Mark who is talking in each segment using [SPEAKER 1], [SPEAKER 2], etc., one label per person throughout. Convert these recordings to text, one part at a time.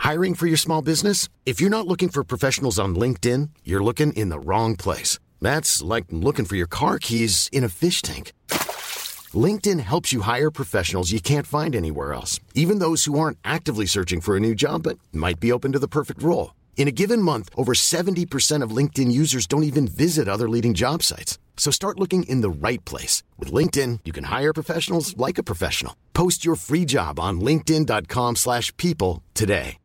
[SPEAKER 1] Hiring for your small business? If you're not looking for professionals on LinkedIn, you're looking in the wrong place. That's like looking for your car keys in a fish tank. LinkedIn helps you hire professionals you can't find anywhere else, even those who aren't actively searching for a new job but might be open to the perfect role. In a given month, over 70% of LinkedIn users don't even visit other leading job sites. So start looking in the right place. With LinkedIn, you can hire professionals like a professional. Post your free job on linkedin.com/people today.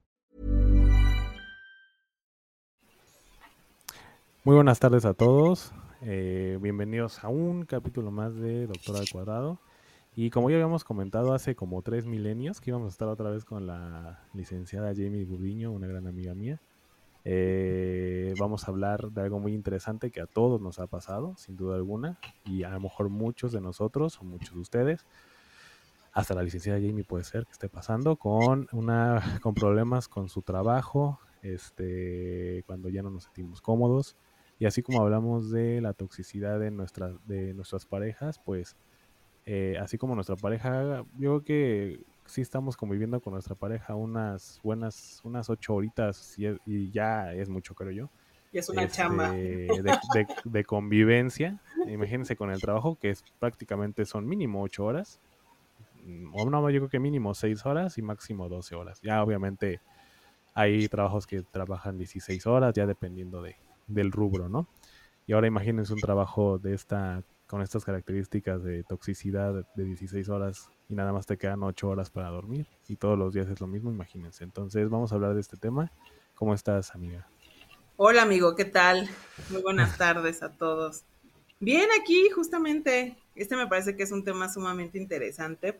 [SPEAKER 2] Muy buenas tardes a todos. Bienvenidos a un capítulo más de Doctor al Cuadrado. Y como ya habíamos comentado hace como 3 milenios, que íbamos a estar otra vez con la licenciada Jamie Gudiño, una gran amiga mía. Vamos a hablar de algo muy interesante que a todos nos ha pasado, sin duda alguna, y a lo mejor muchos de nosotros o muchos de ustedes, hasta la licenciada Jamie puede ser que esté pasando con problemas con su trabajo, cuando ya no nos sentimos cómodos, y así como hablamos de la toxicidad de nuestras parejas, pues así como nuestra pareja, yo creo que sí estamos conviviendo con nuestra pareja unas 8 horitas y ya es mucho, creo yo.
[SPEAKER 3] Y es una chamba.
[SPEAKER 2] De convivencia. Imagínense con el trabajo, que prácticamente son mínimo 8 horas. O no, yo creo que mínimo 6 horas y máximo 12 horas. Ya obviamente hay trabajos que trabajan 16 horas, ya dependiendo del rubro, ¿no? Y ahora imagínense un trabajo con estas características de toxicidad de 16 horas y nada más te quedan 8 horas para dormir y todos los días es lo mismo, imagínense. Entonces vamos a hablar de este tema. ¿Cómo estás, amiga?
[SPEAKER 3] Hola, amigo, ¿qué tal? Muy buenas tardes a todos. Bien, aquí justamente, me parece que es un tema sumamente interesante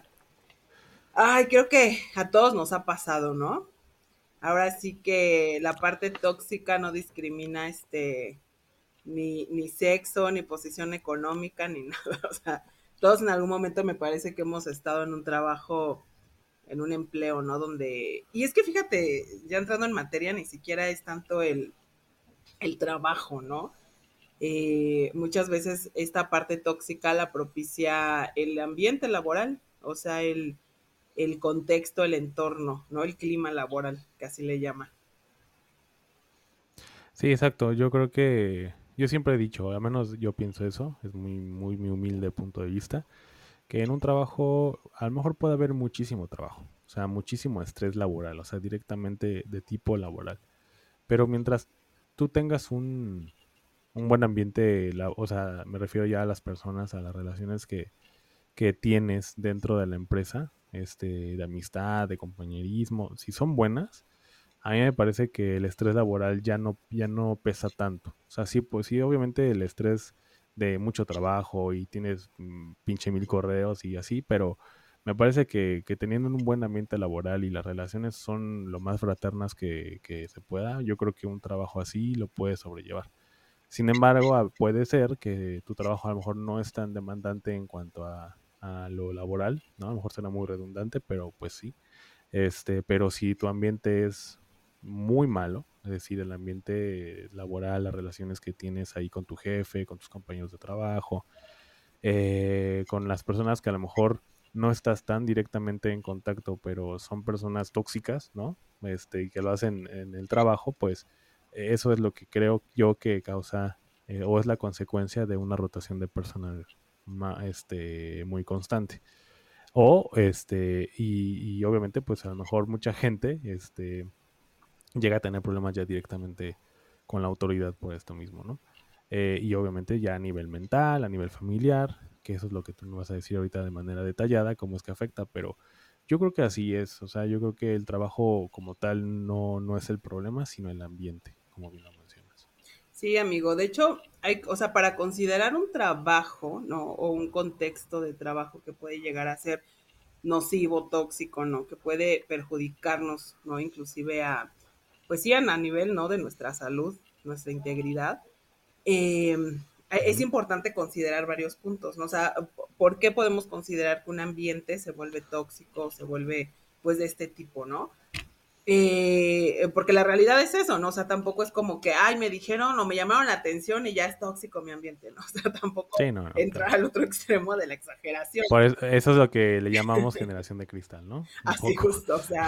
[SPEAKER 3] creo que a todos nos ha pasado, ¿no? Ahora sí que la parte tóxica no discrimina ni sexo, ni posición económica, ni nada. O sea, todos en algún momento me parece que hemos estado en un trabajo, en un empleo, ¿no? Y es que fíjate, ya entrando en materia, ni siquiera es tanto el trabajo, ¿no? Muchas veces esta parte tóxica la propicia el ambiente laboral, o sea, el contexto, el entorno, ¿no? El clima laboral, que así le llaman.
[SPEAKER 2] Sí, exacto. Yo creo que yo siempre he dicho, al menos yo pienso eso, es muy mi humilde punto de vista, que en un trabajo a lo mejor puede haber muchísimo trabajo, o sea, muchísimo estrés laboral, o sea, directamente de tipo laboral. Pero mientras tú tengas un buen ambiente, o sea, me refiero ya a las personas, a las relaciones que tienes dentro de la empresa, de amistad, de compañerismo, si son buenas, a mí me parece que el estrés laboral ya no pesa tanto. O sea, sí, pues sí, obviamente el estrés de mucho trabajo y tienes pinche 1000 correos y así, pero me parece que teniendo un buen ambiente laboral y las relaciones son lo más fraternas que se pueda, yo creo que un trabajo así lo puedes sobrellevar. Sin embargo, puede ser que tu trabajo a lo mejor no es tan demandante en cuanto a lo laboral, ¿no? A lo mejor será muy redundante, pero pues sí. Pero si tu ambiente es muy malo, es decir, el ambiente laboral, las relaciones que tienes ahí con tu jefe, con tus compañeros de trabajo, con las personas que a lo mejor no estás tan directamente en contacto, pero son personas tóxicas, ¿no? Y que lo hacen en el trabajo, pues eso es lo que creo yo que causa o es la consecuencia de una rotación de personal muy constante. Y obviamente, pues a lo mejor mucha gente llega a tener problemas ya directamente con la autoridad por esto mismo, ¿no? Y obviamente ya a nivel mental, a nivel familiar, que eso es lo que tú me vas a decir ahorita de manera detallada, cómo es que afecta, pero yo creo que así es, o sea, yo creo que el trabajo como tal no es el problema, sino el ambiente, como bien lo mencionas.
[SPEAKER 3] Sí, amigo, de hecho, o sea, para considerar un trabajo, ¿no? O un contexto de trabajo que puede llegar a ser nocivo, tóxico, ¿no? Que puede perjudicarnos, ¿no? Inclusive pues sí, a nivel, ¿no? De nuestra salud, nuestra integridad. Es importante considerar varios puntos, ¿no? O sea, ¿por qué podemos considerar que un ambiente se vuelve tóxico, se vuelve, pues, de este tipo, ¿no? Porque la realidad es eso, ¿no? O sea, tampoco es como que, ay, me dijeron o me llamaron la atención y ya es tóxico mi ambiente, ¿no? O sea, tampoco
[SPEAKER 2] Sí, no,
[SPEAKER 3] entrar
[SPEAKER 2] claro.
[SPEAKER 3] al otro extremo de la exageración.
[SPEAKER 2] Por eso es lo que le llamamos generación de cristal, ¿no? Un
[SPEAKER 3] Así
[SPEAKER 2] poco.
[SPEAKER 3] justo, o sea,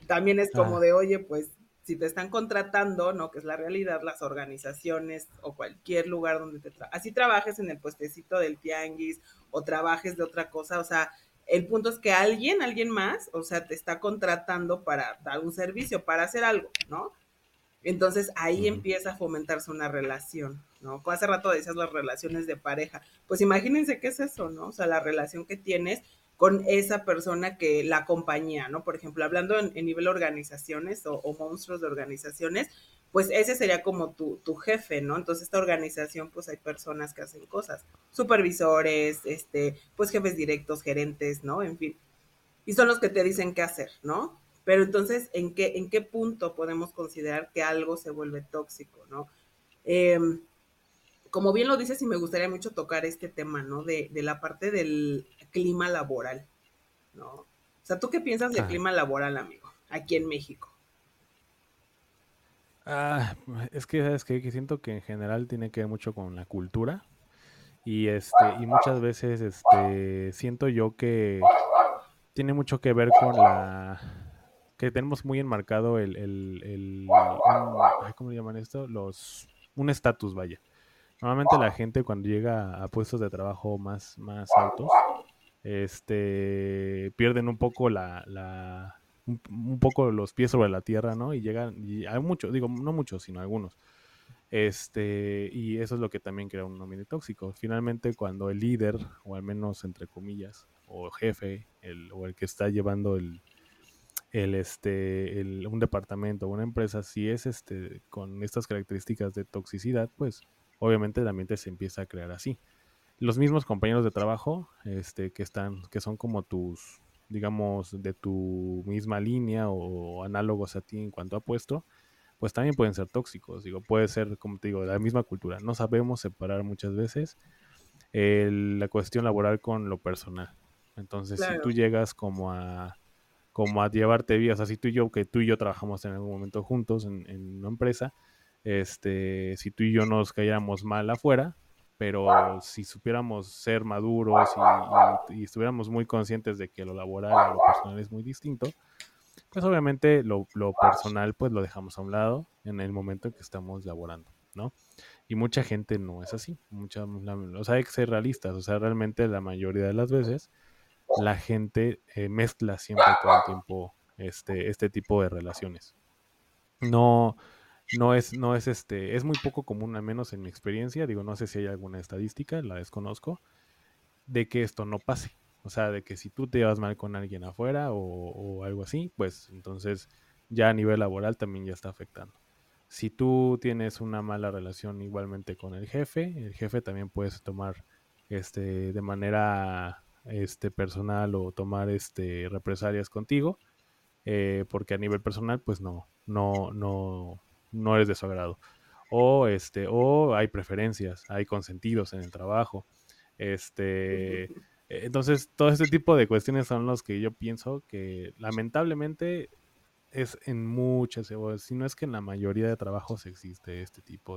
[SPEAKER 3] también es como
[SPEAKER 2] Ah,
[SPEAKER 3] de, oye, pues si te están contratando, ¿no? Que es la realidad, las organizaciones o cualquier lugar donde así trabajes en el puestecito del tianguis o trabajes de otra cosa, o sea, el punto es que alguien más, o sea, te está contratando para dar un servicio, para hacer algo, ¿no? Entonces ahí
[SPEAKER 2] ujú.
[SPEAKER 3] empieza a fomentarse una relación, ¿no? Hace rato decías las relaciones de pareja. Pues imagínense qué es eso, ¿no? O sea, la relación que tienes con esa persona que la compañía, ¿no? Por ejemplo, hablando en nivel organizaciones o monstruos de organizaciones, pues ese sería como tu jefe, ¿no? Entonces esta organización, pues hay personas que hacen cosas, supervisores, pues jefes directos, gerentes, ¿no? En fin, y son los que te dicen qué hacer, ¿no? Pero entonces, ¿en qué punto podemos considerar que algo se vuelve tóxico, ¿no? Eh, Como bien lo dices, y me gustaría mucho tocar este tema, ¿no? De la parte del clima laboral, ¿no? O sea, ¿tú qué piensas del
[SPEAKER 2] Ah,
[SPEAKER 3] clima laboral, amigo, aquí en México?
[SPEAKER 2] ah, es que, ¿sabes qué? Que siento que en general tiene que ver mucho con la cultura y muchas veces siento yo que tiene mucho que ver con que tenemos muy enmarcado ay, ¿cómo le llaman esto? Un estatus, vaya. Normalmente la gente cuando llega a puestos de trabajo más altos, pierden un poco un poco los pies sobre la tierra, ¿no? Y llegan, y hay muchos, digo, no muchos, sino algunos. Y eso es lo que también crea un ambiente tóxico. Finalmente, cuando el líder, o al menos entre comillas, o jefe, o el que está llevando un departamento o una empresa, si es con estas características de toxicidad, pues obviamente el ambiente se empieza a crear así. Los mismos compañeros de trabajo, que son como digamos, de tu misma línea o análogos a ti en cuanto a puesto, pues también pueden ser tóxicos. Digo, puede ser, como te digo, de la misma cultura. No sabemos separar muchas veces la cuestión laboral con lo personal. Entonces, si tú
[SPEAKER 3] Claro.
[SPEAKER 2] llegas como a llevarte bien, o sea, si que tú y yo trabajamos en algún momento juntos en una empresa, si tú y yo nos cayéramos mal afuera, pero si supiéramos ser maduros y estuviéramos muy conscientes de que lo laboral a lo personal es muy distinto, pues obviamente lo personal pues lo dejamos a un lado en el momento en que estamos laborando, ¿no? Y mucha gente no es así, o sea, hay que ser realistas, o sea, realmente la mayoría de las veces la gente mezcla siempre todo el tiempo este tipo de relaciones. No, es muy poco común, al menos en mi experiencia, digo, no sé si hay alguna estadística, la desconozco, de que esto no pase. O sea, de que si tú te llevas mal con alguien afuera o algo así, pues entonces ya a nivel laboral también ya está afectando. Si tú tienes una mala relación igualmente con el jefe también puedes tomar de manera personal o tomar represalias contigo, porque a nivel personal pues no eres de su agrado. O hay preferencias, hay consentidos en el trabajo. Entonces, todo este tipo de cuestiones son los que yo pienso que lamentablemente es en muchas, o si no es que en la mayoría de trabajos existe este tipo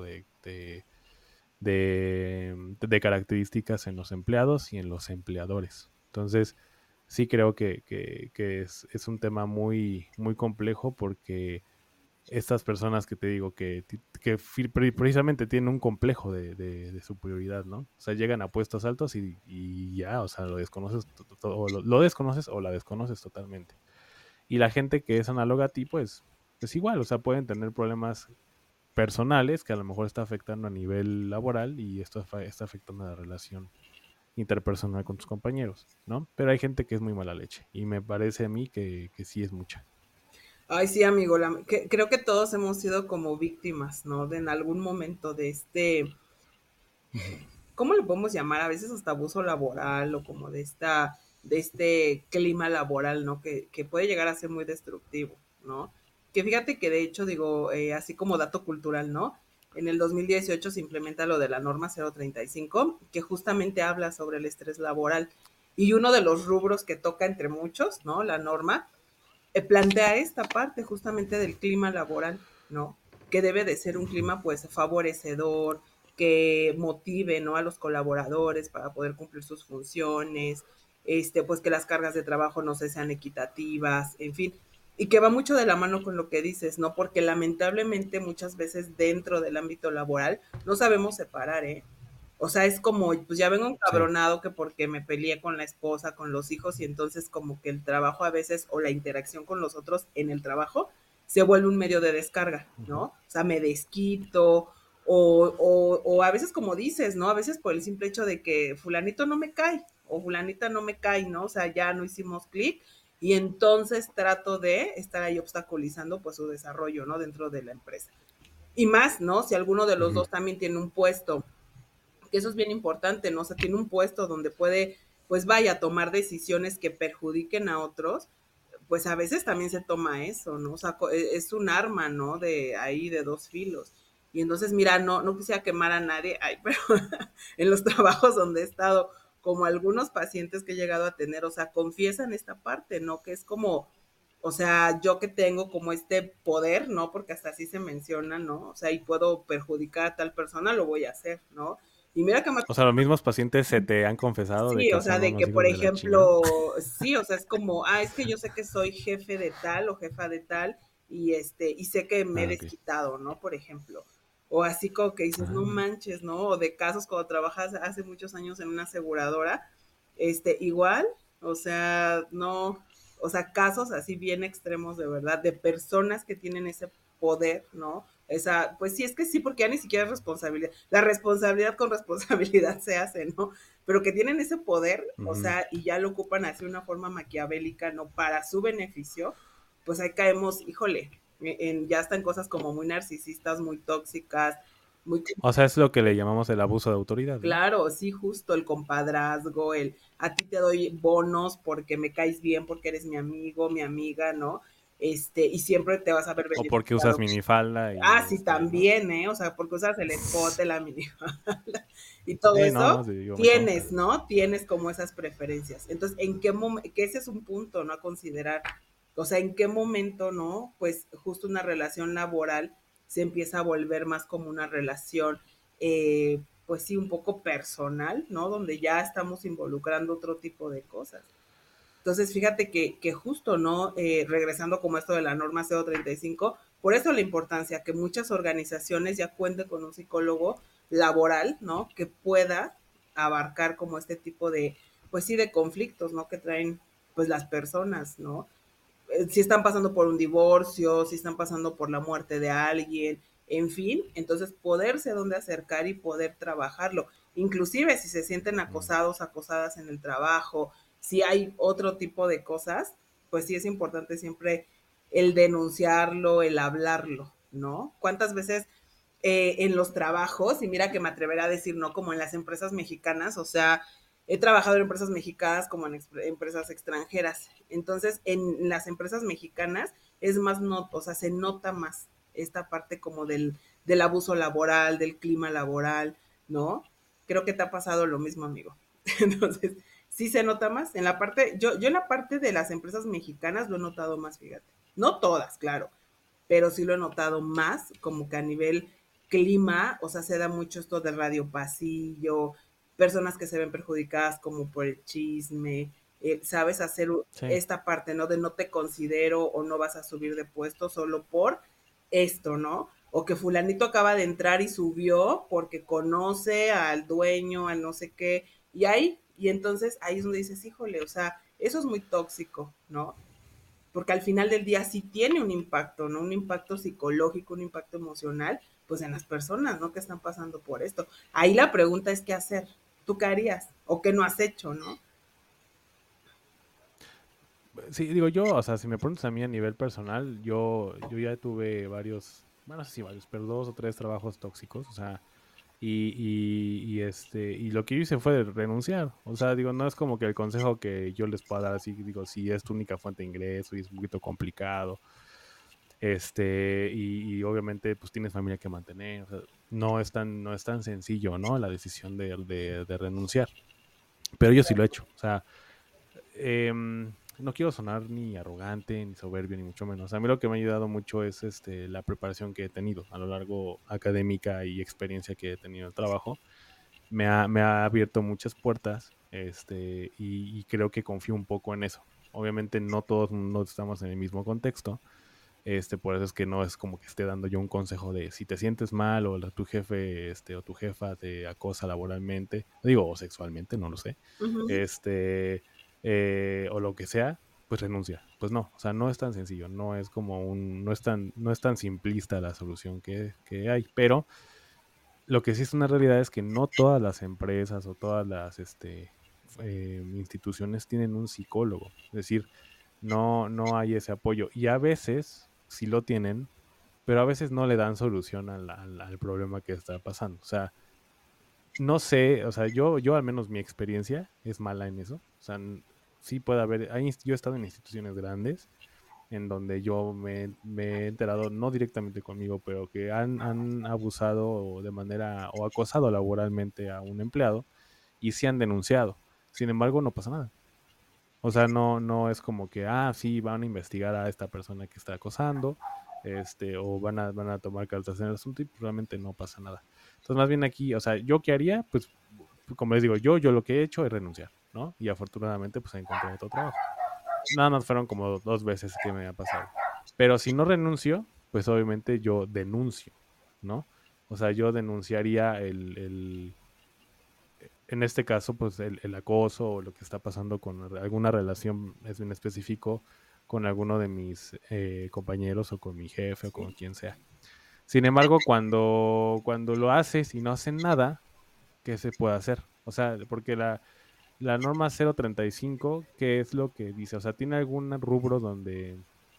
[SPEAKER 2] de características en los empleados y en los empleadores. Entonces, sí creo que es un tema muy complejo porque estas personas que te digo precisamente tienen un complejo de superioridad, ¿no? O sea, llegan a puestos altos y ya, o sea, lo desconoces, o lo desconoces o la desconoces totalmente. Y la gente que es análoga a ti, pues igual, o sea, pueden tener problemas personales que a lo mejor está afectando a nivel laboral y esto está afectando a la relación interpersonal con tus compañeros, ¿no? Pero hay gente que es muy mala leche y me parece a mí que sí es mucha.
[SPEAKER 3] Ay, sí, amigo, creo que todos hemos sido como víctimas, ¿no? De en algún momento de
[SPEAKER 2] Ujú.
[SPEAKER 3] ¿cómo le podemos llamar? A veces hasta abuso laboral o como de este clima laboral, ¿no? Que puede llegar a ser muy destructivo, ¿no? Que fíjate que de hecho, digo, así como dato cultural, ¿no? En el 2018 se implementa lo de la norma 035, que justamente habla sobre el estrés laboral. Y uno de los rubros que toca entre muchos, ¿no? La norma, plantea esta parte justamente del clima laboral, ¿no? Que debe de ser un clima pues favorecedor, que motive, ¿no? A los colaboradores para poder cumplir sus funciones, pues que las cargas de trabajo no se sean equitativas, en fin. Y que va mucho de la mano con lo que dices, ¿no? Porque lamentablemente muchas veces dentro del ámbito laboral no sabemos separar, ¿eh? O sea, es como, pues ya vengo
[SPEAKER 2] Sí.
[SPEAKER 3] encabronado que porque me peleé con la esposa, con los hijos, y entonces como que el trabajo a veces o la interacción con los otros en el trabajo se vuelve un medio de descarga, ¿no?
[SPEAKER 2] Ujú.
[SPEAKER 3] O sea, me desquito, o a veces como dices, ¿no? A veces por el simple hecho de que fulanito no me cae, o fulanita no me cae, ¿no? O sea, ya no hicimos clic, y entonces trato de estar ahí obstaculizando pues su desarrollo, ¿no? Dentro de la empresa. Y más, ¿no? Si alguno de los
[SPEAKER 2] Ujú.
[SPEAKER 3] dos también tiene un puesto, que eso es bien importante, ¿no? O sea, tiene un puesto donde puede, pues vaya, tomar decisiones que perjudiquen a otros, pues a veces también se toma eso, ¿no? O sea, es un arma, ¿no? De ahí, de dos filos. Y entonces, mira, no quisiera quemar a nadie, ay, pero en los trabajos donde he estado, como algunos pacientes que he llegado a tener, o sea, confiesan esta parte, ¿no? Que es como, o sea, yo que tengo como este poder, ¿no? Porque hasta así se menciona, ¿no? O sea, y puedo perjudicar a tal persona, lo voy a hacer, ¿no? Y mira que me
[SPEAKER 2] O sea, los mismos pacientes se te han confesado de
[SPEAKER 3] sí,
[SPEAKER 2] que
[SPEAKER 3] o sea,
[SPEAKER 2] son
[SPEAKER 3] de
[SPEAKER 2] unos
[SPEAKER 3] que, por
[SPEAKER 2] hijos de la chingada.
[SPEAKER 3] ejemplo, sí, o sea, es como, es que yo sé que soy jefe de tal o jefa de tal y sé que me he
[SPEAKER 2] Ah, ok.
[SPEAKER 3] desquitado, ¿no? Por ejemplo. O así como que dices, no
[SPEAKER 2] Ah,
[SPEAKER 3] manches, ¿no? O de casos cuando trabajas hace muchos años en una aseguradora, igual, o sea, no, o sea, casos así bien extremos de verdad, de personas que tienen ese poder, ¿no? Esa, pues sí, es que sí, porque ya ni siquiera es responsabilidad. La responsabilidad con responsabilidad se hace, ¿no? Pero que tienen ese poder, o
[SPEAKER 2] ujú.
[SPEAKER 3] sea, y ya lo ocupan así de una forma maquiavélica, ¿no? Para su beneficio, pues ahí caemos, híjole, ya están cosas como muy narcisistas, muy tóxicas, muy
[SPEAKER 2] O sea, es lo que le llamamos el abuso de autoridad, ¿no?
[SPEAKER 3] claro, sí, justo el compadrazgo, el a ti te doy bonos porque me caes bien, porque eres mi amigo, mi amiga, ¿no? Y siempre te vas a ver
[SPEAKER 2] O porque usas
[SPEAKER 3] beneficiado.
[SPEAKER 2] minifalda y
[SPEAKER 3] Sí,
[SPEAKER 2] ¿no?
[SPEAKER 3] también, ¿eh? O sea, porque usas el escote, la minifalda y todo
[SPEAKER 2] Sí, no,
[SPEAKER 3] eso,
[SPEAKER 2] no, sí, digo, me consta.
[SPEAKER 3] tienes, ¿no? Tienes como esas preferencias. Entonces, ¿en qué momento? Que ese es un punto, ¿no? A considerar. O sea, ¿en qué momento, no? Pues justo una relación laboral se empieza a volver más como una relación, pues sí, un poco personal, ¿no? Donde ya estamos involucrando otro tipo de cosas. Entonces, fíjate que justo, ¿no? Regresando como esto de la norma CO35, por eso la importancia que muchas organizaciones ya cuenten con un psicólogo laboral, ¿no? Que pueda abarcar como este tipo de, pues sí, de conflictos, ¿no? Que traen, pues, las personas, ¿no? Si están pasando por un divorcio, si están pasando por la muerte de alguien, en fin, entonces poderse dónde acercar y poder trabajarlo. Inclusive si se sienten
[SPEAKER 2] Mm.
[SPEAKER 3] acosados, acosadas en el trabajo, si hay otro tipo de cosas, pues sí es importante siempre el denunciarlo, el hablarlo, ¿no? ¿Cuántas veces en los trabajos, y mira que me atreveré a decir, no como en las empresas mexicanas, o sea, he trabajado en empresas mexicanas como en empresas extranjeras. Entonces, en las empresas mexicanas es más, no, o sea, se nota más esta parte como del abuso laboral, del clima laboral, ¿no? Creo que te ha pasado lo mismo, amigo. Entonces, sí se nota más. En la parte, yo en la parte de las empresas mexicanas lo he notado más, fíjate. No todas, claro, pero sí lo he notado más, como que a nivel clima, o sea, se da mucho esto de radio pasillo, personas que se ven perjudicadas como por el chisme, sabes, hacer
[SPEAKER 2] Sí.
[SPEAKER 3] esta parte, ¿no? De no te considero o no vas a subir de puesto solo por esto, ¿no? O que fulanito acaba de entrar y subió porque conoce al dueño, al no sé qué, y entonces ahí es donde dices, híjole, o sea, eso es muy tóxico, ¿no? Porque al final del día sí tiene un impacto, ¿no? Un impacto psicológico, un impacto emocional, pues en las personas, ¿no? Que están pasando por esto. Ahí la pregunta es qué hacer. ¿Tú qué harías? ¿O qué no has hecho, no?
[SPEAKER 2] Sí, digo yo, o sea, si me preguntas a mí a nivel personal, yo ya tuve varios, bueno, no sé si varios, pero 2 o 3 trabajos tóxicos, o sea, y lo que yo hice fue renunciar. O sea, digo, no es como que el consejo que yo les pueda dar así, digo, si es tu única fuente de ingreso y es un poquito complicado, y obviamente pues tienes familia que mantener, o sea, no es tan sencillo, ¿no? La decisión de renunciar. Pero yo sí lo he hecho, o sea, no quiero sonar ni arrogante, ni soberbio, ni mucho menos. A mí lo que me ha ayudado mucho es la preparación que he tenido a lo largo académica y experiencia que he tenido en el trabajo. Me ha abierto muchas puertas y creo que confío un poco en eso. obviamente no todos no estamos en el mismo contexto. Por eso es que no es como que esté dando yo un consejo de si te sientes mal o tu jefe o tu jefa te acosa laboralmente, digo, o sexualmente, no lo sé,
[SPEAKER 3] Ujú.
[SPEAKER 2] o lo que sea, pues renuncia. Pues no, o sea, no es tan sencillo, no es como no es tan simplista la solución que hay, pero lo que sí es una realidad es que no todas las empresas o todas las instituciones tienen un psicólogo. Es decir, no hay ese apoyo. Y a veces sí lo tienen, pero a veces no le dan solución al problema que está pasando. O sea, no sé, o sea, yo al menos mi experiencia es mala en eso. O sea, sí puede haber, yo he estado en instituciones grandes en donde yo me he enterado, no directamente conmigo, pero que han abusado de manera o acosado laboralmente a un empleado y sí han denunciado. Sin embargo, no pasa nada. O sea, no es como que, sí, van a investigar a esta persona que está acosando, o van a tomar cartas en el asunto y pues, realmente no pasa nada. Entonces, más bien aquí, o sea, ¿yo qué haría? Pues, como les digo, yo lo que he hecho es renunciar, ¿no? Y afortunadamente, pues, encontré otro trabajo. Nada más fueron como 2 veces que me ha pasado. Pero si no renuncio, pues obviamente yo denuncio, ¿no? O sea, yo denunciaría en este caso, pues el acoso o lo que está pasando con alguna relación en específico con alguno de mis compañeros o con mi jefe o con
[SPEAKER 3] Sí.
[SPEAKER 2] quien sea. Sin embargo, cuando lo haces y no hacen nada, ¿qué se puede hacer? O sea, porque la norma 035, ¿qué es lo que dice? O sea, ¿tiene algún rubro donde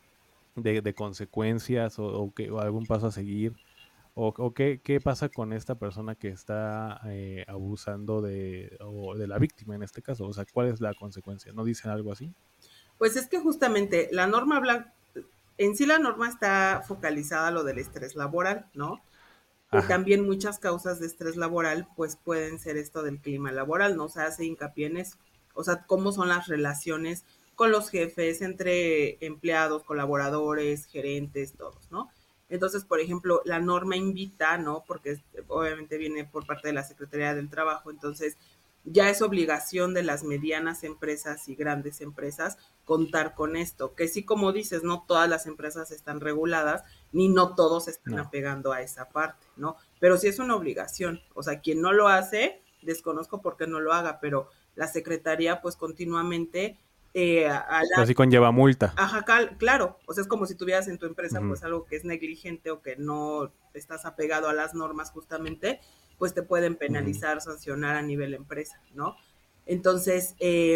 [SPEAKER 2] de consecuencias o algún paso a seguir? ¿O qué pasa con esta persona que está abusando o de la víctima en este caso? O sea, ¿cuál es la consecuencia? ¿No dicen algo así?
[SPEAKER 3] Pues es que justamente la norma habla, en sí la norma está focalizada a lo del estrés laboral, ¿no? Y
[SPEAKER 2] Ajá,
[SPEAKER 3] también muchas causas de estrés laboral, pues pueden ser esto del clima laboral, ¿no? O sea, hace hincapié en eso. O sea, cómo son las relaciones con los jefes, entre empleados, colaboradores, gerentes, todos, ¿no? Entonces, por ejemplo, la norma invita, ¿no? Porque obviamente viene por parte de la Secretaría del Trabajo, entonces ya es obligación de las medianas empresas y grandes empresas contar con esto, que sí, como dices, no todas las empresas están reguladas, ni no todos están
[SPEAKER 2] no.
[SPEAKER 3] apegando a esa parte, ¿no? Pero sí es una obligación, o sea, quien no lo hace, desconozco por qué no lo haga, pero la Secretaría pues continuamente al
[SPEAKER 2] Pero sí conlleva multa.
[SPEAKER 3] ajá, claro, o sea, es como si tuvieras en tu empresa
[SPEAKER 2] Ujú,
[SPEAKER 3] pues algo que es negligente o que no estás apegado a las normas justamente, pues te pueden
[SPEAKER 2] ujú.
[SPEAKER 3] penalizar, sancionar a nivel empresa, ¿no? Entonces,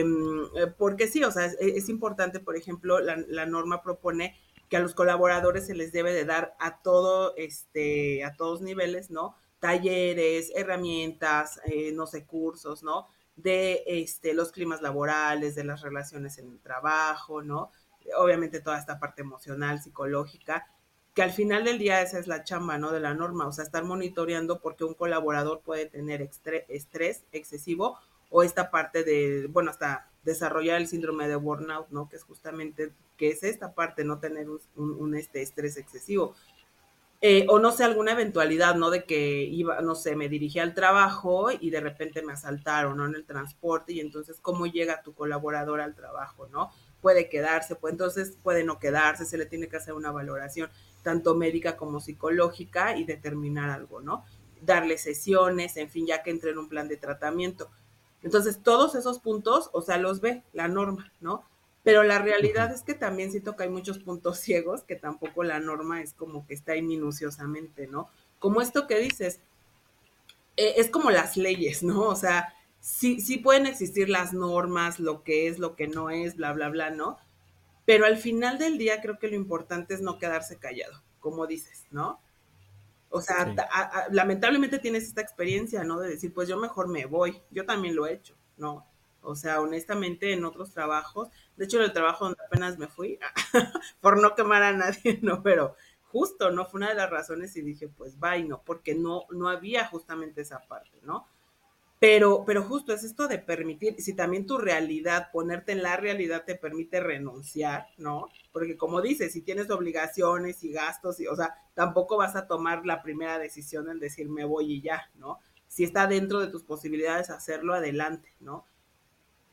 [SPEAKER 3] porque sí, o sea, es importante, por ejemplo, la norma propone que a los colaboradores se les debe de dar a todo, a todos niveles, ¿no? Talleres, herramientas, no sé, cursos, ¿no? De los climas laborales, de las relaciones en el trabajo, ¿no? Obviamente toda esta parte emocional, psicológica, que al final del día esa es la chamba, ¿no? De la norma, o sea, estar monitoreando porque un colaborador puede tener estrés excesivo o esta parte de, bueno, hasta desarrollar el síndrome de burnout, ¿no? Que es justamente, que es esta parte, no tener un estrés excesivo. O no sé, alguna eventualidad, ¿no? De que iba, no sé, me dirigí al trabajo y de repente me asaltaron, ¿no? En el transporte y entonces, ¿cómo llega tu colaborador al trabajo, ¿no? Puede quedarse, pues entonces puede no quedarse, se le tiene que hacer una valoración tanto médica como psicológica y determinar algo, ¿no? Darle sesiones, en fin, ya que entre en un plan de tratamiento. Entonces, todos esos puntos, o sea, los ve la norma, ¿no? Pero la realidad
[SPEAKER 2] Ujú.
[SPEAKER 3] es que también siento que hay muchos puntos ciegos que tampoco la norma es como que está ahí minuciosamente, ¿no? Como esto que dices, es como las leyes, ¿no? O sea, sí pueden existir las normas, lo que es, lo que no es, bla, bla, bla, ¿no? Pero al final del día creo que lo importante es no quedarse callado, como dices, ¿no? O sea,
[SPEAKER 2] Sí.
[SPEAKER 3] lamentablemente tienes esta experiencia, ¿no? De decir, pues yo mejor me voy. Yo también lo he hecho, ¿no? O sea, honestamente, en otros trabajos, de hecho, en el trabajo donde apenas me fui, por no quemar a nadie, ¿no? Pero justo, ¿no? Fue una de las razones y dije, pues bye, ¿no? Porque no había justamente esa parte, ¿no? Pero justo es esto de permitir, si también tu realidad, ponerte en la realidad te permite renunciar, ¿no? Porque como dices, si tienes obligaciones y gastos, y, o sea, tampoco vas a tomar la primera decisión en decir me voy y ya, ¿no? Si está dentro de tus posibilidades hacerlo, adelante, ¿no?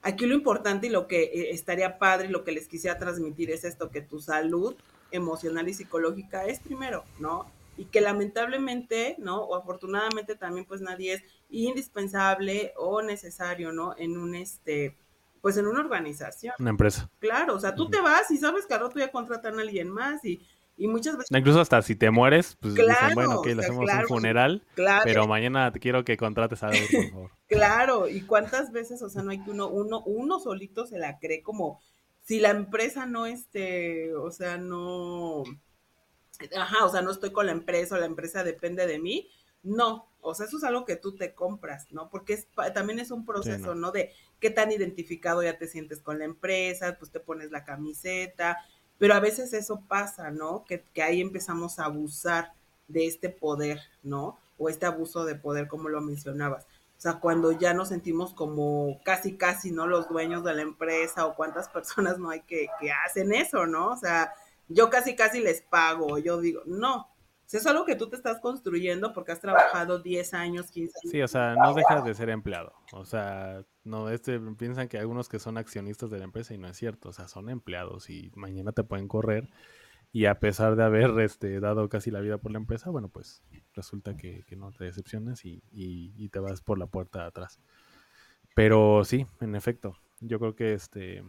[SPEAKER 3] Aquí lo importante y lo que estaría padre y lo que les quisiera transmitir es esto, que tu salud emocional y psicológica es primero, ¿no? Y que lamentablemente, ¿no? O afortunadamente también pues nadie es indispensable o necesario, ¿no? En un pues en una organización.
[SPEAKER 2] Una empresa.
[SPEAKER 3] Claro, o sea, tú te vas y sabes que al rato ya contratan a alguien más y muchas veces,
[SPEAKER 2] Incluso hasta si te mueres, pues dicen,
[SPEAKER 3] claro,
[SPEAKER 2] bueno, ok,
[SPEAKER 3] o
[SPEAKER 2] le
[SPEAKER 3] sea,
[SPEAKER 2] hacemos un
[SPEAKER 3] claro,
[SPEAKER 2] funeral,
[SPEAKER 3] claro,
[SPEAKER 2] pero mañana te quiero que contrates a David, por favor.
[SPEAKER 3] claro, y cuántas veces, o sea, no hay que uno solito se la cree como si la empresa no o sea, no, ajá, o sea, no estoy con la empresa o la empresa depende de mí. No, o sea, eso es algo que tú te compras, ¿no? Porque también es un
[SPEAKER 2] Sí,
[SPEAKER 3] proceso,
[SPEAKER 2] no.
[SPEAKER 3] ¿no? De qué tan identificado ya te sientes con la empresa, pues te pones la camiseta, pero a veces eso pasa, ¿no? Que ahí empezamos a abusar de este poder, ¿no? O este abuso de poder, como lo mencionabas. O sea, cuando ya nos sentimos como casi, casi, ¿no? Los dueños de la empresa o cuántas personas no hay que hacen eso, ¿no? O sea, yo casi, casi les pago. Yo digo, no, si es algo que tú te estás construyendo porque has trabajado 10 años, 15 años.
[SPEAKER 2] Sí, o sea, no dejas de ser empleado. O sea, no, piensan que algunos que son accionistas de la empresa y no es cierto. O sea, son empleados y mañana te pueden correr. Y a pesar de haber dado casi la vida por la empresa, bueno, pues resulta que no te decepcionas y te vas por la puerta de atrás. Pero sí, en efecto, yo creo que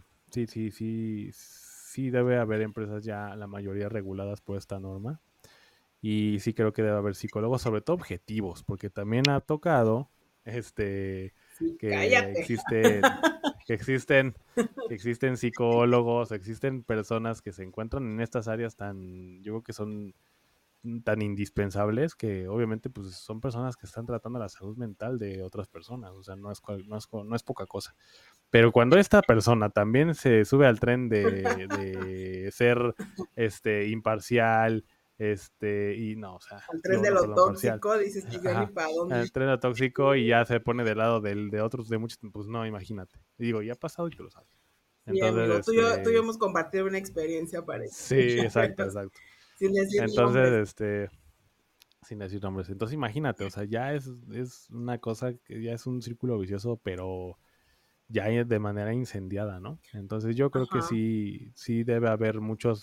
[SPEAKER 2] sí debe haber empresas ya, la mayoría reguladas por esta norma. Y sí creo que debe haber psicólogos, sobre todo objetivos, porque también ha tocado
[SPEAKER 3] Sí,
[SPEAKER 2] que
[SPEAKER 3] cállate.
[SPEAKER 2] existen, que existen, que existen psicólogos, existen personas que se encuentran en estas áreas yo creo que son tan indispensables que obviamente pues son personas que están tratando la salud mental de otras personas, o sea, no es poca cosa. Pero cuando esta persona también se sube al tren de ser imparcial, y no, o sea,
[SPEAKER 3] Al tren
[SPEAKER 2] digo,
[SPEAKER 3] de
[SPEAKER 2] no,
[SPEAKER 3] lo
[SPEAKER 2] perdón, parcial.
[SPEAKER 3] tóxico, dices que yo ni
[SPEAKER 2] Ajá.
[SPEAKER 3] para dónde.
[SPEAKER 2] El tren tóxico y ya se pone del lado de otros, de muchos, pues no, imagínate. Y digo, ya ha pasado y tú lo sabes.
[SPEAKER 3] Sí, amigo,
[SPEAKER 2] Entonces,
[SPEAKER 3] tú y yo hemos compartido una experiencia
[SPEAKER 2] sí,
[SPEAKER 3] parecida,
[SPEAKER 2] exacto,
[SPEAKER 3] pero
[SPEAKER 2] exacto.
[SPEAKER 3] sin decir nombres.
[SPEAKER 2] Entonces, sin decir nombres. Entonces, imagínate, o sea, ya es una cosa que ya es un círculo vicioso, pero ya de manera incendiada, ¿no? Entonces yo creo que
[SPEAKER 3] Ajá.
[SPEAKER 2] sí debe haber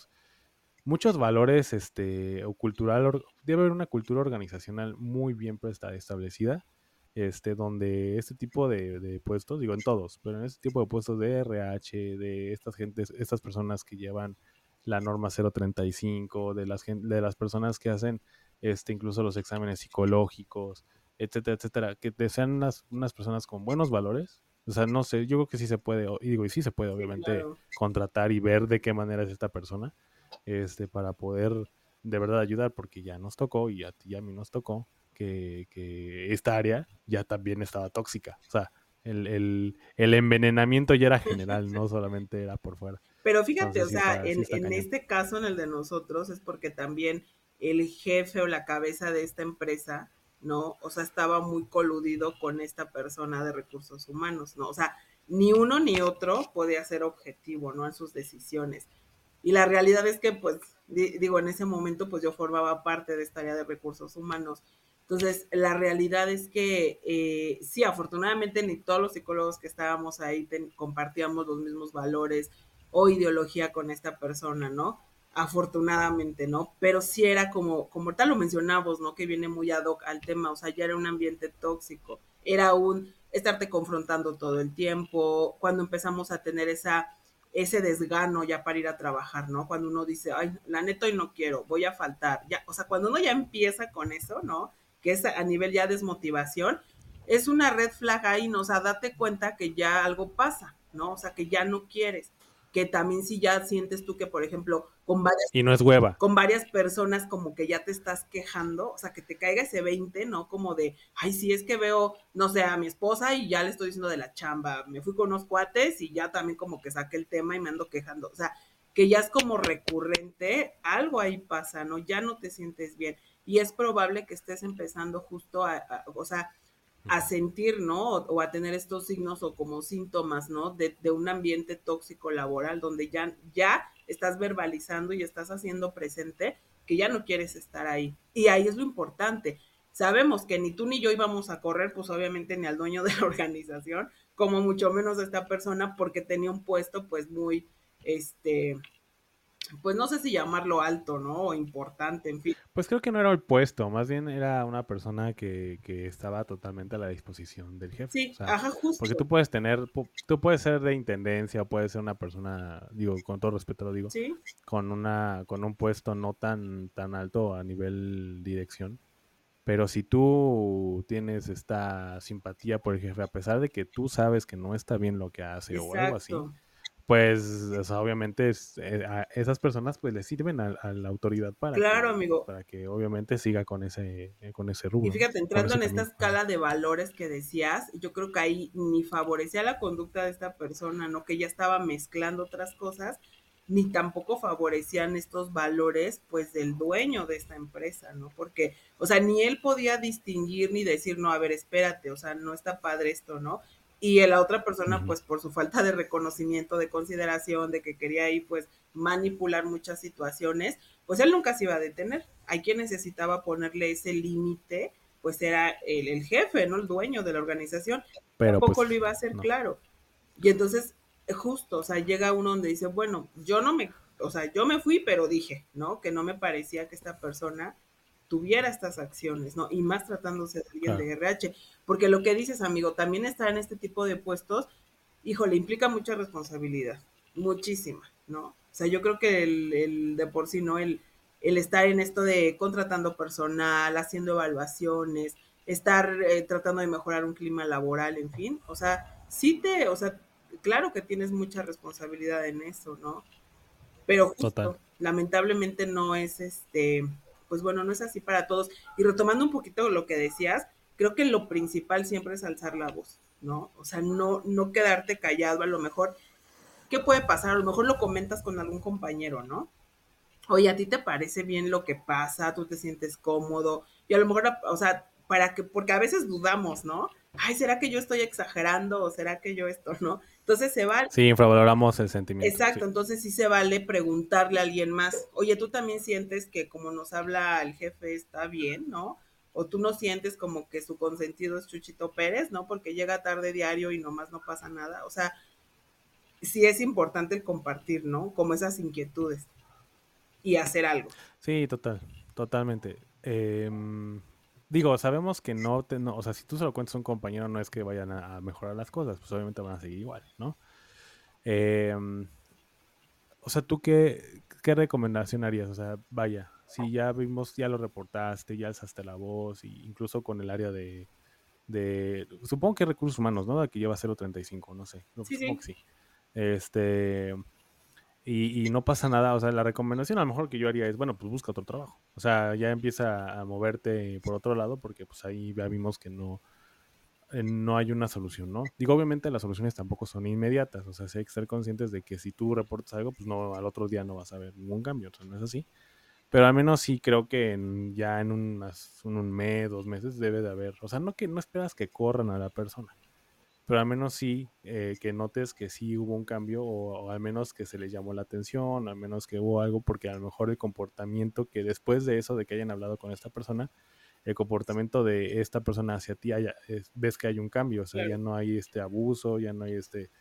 [SPEAKER 2] muchos valores, o cultural, debe haber una cultura organizacional muy bien establecida, donde este tipo de puestos, digo en todos, pero en este tipo de puestos de RH, de estas personas que llevan la norma 035, de las personas que hacen incluso los exámenes psicológicos, etcétera, etcétera, que sean unas personas con buenos valores. O sea, no sé, yo creo que sí se puede, y sí se puede,
[SPEAKER 3] Sí,
[SPEAKER 2] obviamente,
[SPEAKER 3] claro.
[SPEAKER 2] contratar y ver de qué manera es esta persona, para poder de verdad ayudar, porque ya nos tocó, y a ti y a mí nos tocó, que esta área ya también estaba tóxica. O sea, el envenenamiento ya era general, no solamente era por fuera.
[SPEAKER 3] Pero fíjate,
[SPEAKER 2] Entonces
[SPEAKER 3] o sea,
[SPEAKER 2] sí está
[SPEAKER 3] en
[SPEAKER 2] cañón.
[SPEAKER 3] este caso, en el de nosotros, es porque también el jefe o la cabeza de esta empresa, ¿no? O sea, estaba muy coludido con esta persona de recursos humanos, ¿no? O sea, ni uno ni otro podía ser objetivo, ¿no? En sus decisiones. Y la realidad es que, pues, digo, en ese momento, pues yo formaba parte de esta área de recursos humanos. Entonces, la realidad es que sí, afortunadamente ni todos los psicólogos que estábamos ahí compartíamos los mismos valores o ideología con esta persona, ¿no? Afortunadamente, ¿no? Pero sí era como tal lo mencionamos, ¿no? Que viene muy ad hoc al tema, o sea, ya era un ambiente tóxico, era un estarte confrontando todo el tiempo, cuando empezamos a tener ese desgano ya para ir a trabajar, ¿no? Cuando uno dice, ay, la neta hoy no quiero, voy a faltar, ya, o sea, cuando uno ya empieza con eso, ¿no? Que es a nivel ya desmotivación, es una red flag ahí, ¿no? O sea, date cuenta que ya algo pasa, ¿no? O sea, que ya no quieres, que también si ya sientes tú que, por ejemplo,
[SPEAKER 2] Y no es hueva.
[SPEAKER 3] con varias personas como que ya te estás quejando, o sea, que te caiga ese 20, ¿no? Como de, ay, sí, es que veo, no sé, a mi esposa y ya le estoy diciendo de la chamba, me fui con unos cuates y ya también como que saqué el tema y me ando quejando, o sea, que ya es como recurrente, algo ahí pasa, ¿no? Ya no te sientes bien y es probable que estés empezando justo o sea, a sentir, ¿no? O a tener estos signos o como síntomas, ¿no? De un ambiente tóxico laboral donde ya estás verbalizando y estás haciendo presente que ya no quieres estar ahí. Y ahí es lo importante. Sabemos que ni tú ni yo íbamos a correr, pues obviamente ni al dueño de la organización, como mucho menos a esta persona porque tenía un puesto pues muy, este, pues no sé si llamarlo alto, ¿no? O importante, en fin.
[SPEAKER 2] Pues creo que no era el puesto, más bien era una persona que estaba totalmente a la disposición del jefe. O
[SPEAKER 3] Sí,
[SPEAKER 2] sea,
[SPEAKER 3] ajá,
[SPEAKER 2] porque
[SPEAKER 3] justo,
[SPEAKER 2] tú puedes tener, tú puedes ser de intendencia, o puedes ser una persona, digo, con todo respeto lo digo,
[SPEAKER 3] sí,
[SPEAKER 2] con un puesto no tan alto a nivel dirección. Pero si tú tienes esta simpatía por el jefe, a pesar de que tú sabes que no está bien lo que hace o algo así,
[SPEAKER 3] exacto.
[SPEAKER 2] pues o sea, obviamente a esas personas pues le sirven a la autoridad
[SPEAKER 3] Claro, amigo.
[SPEAKER 2] para que obviamente siga con ese
[SPEAKER 3] Y
[SPEAKER 2] rubro, ¿no?
[SPEAKER 3] fíjate,
[SPEAKER 2] Con
[SPEAKER 3] entrando
[SPEAKER 2] ese
[SPEAKER 3] en esta
[SPEAKER 2] camino. Ajá.
[SPEAKER 3] escala de valores que decías, yo creo que ahí ni favorecía la conducta de esta persona, ¿no? Que ya estaba mezclando otras cosas, ni tampoco favorecían estos valores, pues, del dueño de esta empresa, ¿no? Porque, o sea, ni él podía distinguir ni decir, no, a ver, espérate, o sea, no está padre esto, ¿no? Y la otra persona,
[SPEAKER 2] Ujú.
[SPEAKER 3] pues, por su falta de reconocimiento, de consideración, de que quería ahí, pues, manipular muchas situaciones, pues él nunca se iba a detener. Hay quien necesitaba ponerle ese límite, pues era el jefe, ¿no? El dueño de la organización.
[SPEAKER 2] Pero
[SPEAKER 3] Tampoco lo
[SPEAKER 2] pues
[SPEAKER 3] iba a hacer
[SPEAKER 2] no.
[SPEAKER 3] claro. Y entonces, justo, o sea, llega uno donde dice, bueno, yo no me, o sea, yo me fui, pero dije, ¿no? Que no me parecía que esta persona tuviera estas acciones, ¿no? Y más tratándose de alguien
[SPEAKER 2] Claro,
[SPEAKER 3] de RH. Porque lo que dices, amigo, también estar en este tipo de puestos, híjole, implica mucha responsabilidad, muchísima, ¿no? O sea, yo creo que el de por sí, ¿no? El estar en esto de contratando personal, haciendo evaluaciones, estar tratando de mejorar un clima laboral, en fin, o sea, o sea, claro que tienes mucha responsabilidad en eso, ¿no? Pero
[SPEAKER 2] total.
[SPEAKER 3] justo, lamentablemente no es pues bueno, no es así para todos. Y retomando un poquito lo que decías, creo que lo principal siempre es alzar la voz, ¿no? O sea, no quedarte callado, a lo mejor, ¿qué puede pasar? A lo mejor lo comentas con algún compañero, ¿no? Oye, ¿a ti te parece bien lo que pasa? ¿Tú te sientes cómodo? Y a lo mejor, o sea, para que, porque a veces dudamos, ¿no? Ay, ¿será que yo estoy exagerando o será que yo esto, no? Entonces se vale,
[SPEAKER 2] Sí, infravaloramos el sentimiento, sí.
[SPEAKER 3] exacto, entonces sí se vale preguntarle a alguien más, oye, ¿tú también sientes que como nos habla el jefe está bien, ¿no? O tú no sientes como que su consentido es Chuchito Pérez, ¿no? Porque llega tarde diario y nomás no pasa nada. O sea, sí es importante el compartir, ¿no? Como esas inquietudes y hacer algo.
[SPEAKER 2] Sí, totalmente. Digo, sabemos que no, o sea, si tú se lo cuentas a un compañero no es que vayan a mejorar las cosas, pues obviamente van a seguir igual, ¿no? Em, o sea, ¿tú qué recomendación harías? O sea, vaya, si ya vimos, ya lo reportaste, ya alzaste la voz, y incluso con el área supongo que recursos humanos, ¿no? Aquí lleva 035, no sé, no,
[SPEAKER 3] Sí,
[SPEAKER 2] supongo
[SPEAKER 3] sí,
[SPEAKER 2] que sí. Este, y no pasa nada, o sea, la recomendación a lo mejor que yo haría es, bueno, pues busca otro trabajo. O sea, ya empieza a moverte por otro lado porque pues ahí ya vimos que no hay una solución, ¿no? Digo, obviamente las soluciones tampoco son inmediatas, o sea, sí hay que estar conscientes de que si tú reportas algo, pues no, al otro día no vas a ver ningún cambio, o sea, no es así. Pero al menos sí creo que ya en un mes, 2 meses debe de haber, o sea, no que no esperas que corran a la persona, pero al menos sí que notes que sí hubo un cambio o al menos que se les llamó la atención, al menos que hubo algo, porque a lo mejor el comportamiento que después de eso, de que hayan hablado con esta persona, el comportamiento de esta persona hacia ti, ves que hay un cambio, o sea,
[SPEAKER 3] claro.
[SPEAKER 2] ya no hay este abuso, ya no hay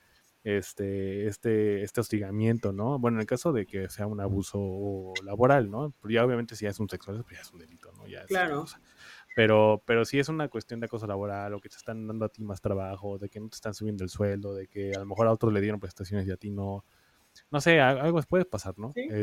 [SPEAKER 2] este hostigamiento, ¿no? Bueno, en el caso de que sea un abuso laboral, ¿no? Pero ya obviamente si ya es un sexual, pues ya es un delito, ¿no? Ya es otra
[SPEAKER 3] Claro,
[SPEAKER 2] cosa. Pero si es una cuestión de acoso laboral o que te están dando a ti más trabajo, de que no te están subiendo el sueldo, de que a lo mejor a otros le dieron prestaciones y a ti no, no sé, algo puede pasar, ¿no?
[SPEAKER 3] sí.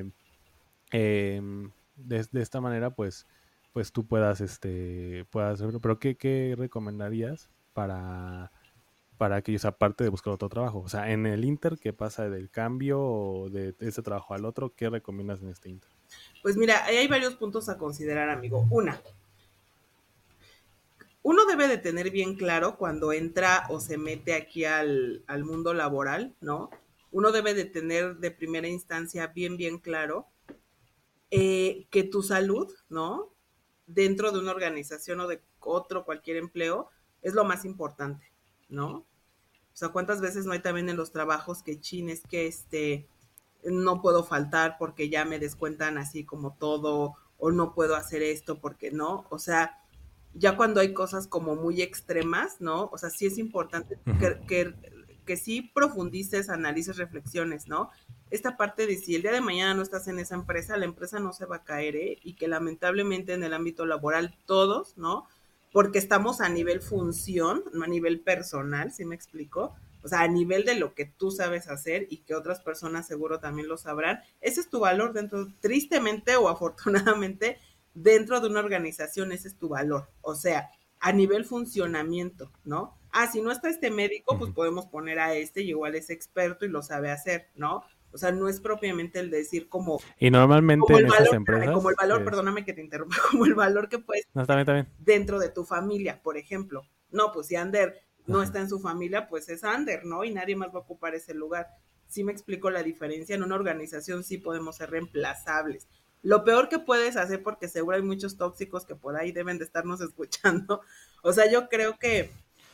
[SPEAKER 2] De esta manera, pues tú puedas hacerlo. Pero ¿qué recomendarías para aquellos, aparte de buscar otro trabajo? O sea, en el Inter, ¿qué pasa del cambio o de este trabajo al otro? ¿Qué recomiendas en este Inter?
[SPEAKER 3] Pues mira, ahí hay varios puntos a considerar, amigo. Uno debe de tener bien claro cuando entra o se mete aquí al mundo laboral, ¿no? Uno debe de tener de primera instancia bien claro que tu salud, ¿no? Dentro de una organización o de otro cualquier empleo es lo más importante, ¿no? O sea, ¿cuántas veces no hay también en los trabajos que chines que no puedo faltar porque ya me descuentan así como todo o no puedo hacer esto porque no? O sea, ya cuando hay cosas como muy extremas, ¿no? O sea, sí es importante que sí profundices, analices, reflexiones, ¿no? Esta parte de si el día de mañana no estás en esa empresa, la empresa no se va a caer, ¿eh? Y que lamentablemente en el ámbito laboral todos, ¿no? Porque estamos a nivel función, no a nivel personal, ¿sí me explico? O sea, a nivel de lo que tú sabes hacer y que otras personas seguro también lo sabrán, ese es tu valor dentro, tristemente o afortunadamente, dentro de una organización, ese es tu valor. O sea, a nivel funcionamiento, ¿no? Ah, si no está este médico, pues podemos poner a este y igual es experto y lo sabe hacer, ¿no? O sea, no es propiamente el decir como...
[SPEAKER 2] Y normalmente
[SPEAKER 3] como
[SPEAKER 2] en
[SPEAKER 3] el
[SPEAKER 2] esas
[SPEAKER 3] valor, como el
[SPEAKER 2] empresas
[SPEAKER 3] valor,
[SPEAKER 2] es...
[SPEAKER 3] perdóname que te interrumpa, como el valor que puedes
[SPEAKER 2] No, está bien, está bien.
[SPEAKER 3] dentro de tu familia, por ejemplo. No, pues si Ander no
[SPEAKER 2] Ajá.
[SPEAKER 3] está en su familia, pues es Ander, ¿no? Y nadie más va a ocupar ese lugar. Sí me explico la diferencia. En una organización sí podemos ser reemplazables. Lo peor que puedes hacer, porque seguro hay muchos tóxicos que por ahí deben de estarnos escuchando. O sea, yo creo que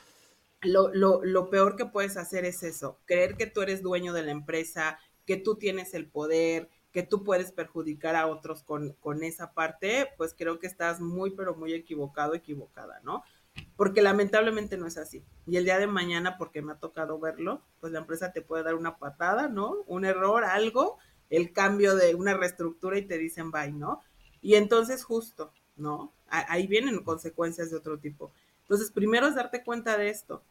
[SPEAKER 3] lo peor que puedes hacer es eso, creer que tú eres dueño de la empresa, que tú tienes el poder, que tú puedes perjudicar a otros con esa parte, pues creo que estás muy, pero muy equivocado, equivocada, ¿no? Porque lamentablemente no es así. Y el día de mañana, porque me ha tocado verlo, pues la empresa te puede dar una patada, ¿no? Un error, algo, el cambio de una reestructura y te dicen bye, ¿no? Y entonces justo, ¿no? Ahí vienen consecuencias de otro tipo. Entonces, primero es darte cuenta de esto.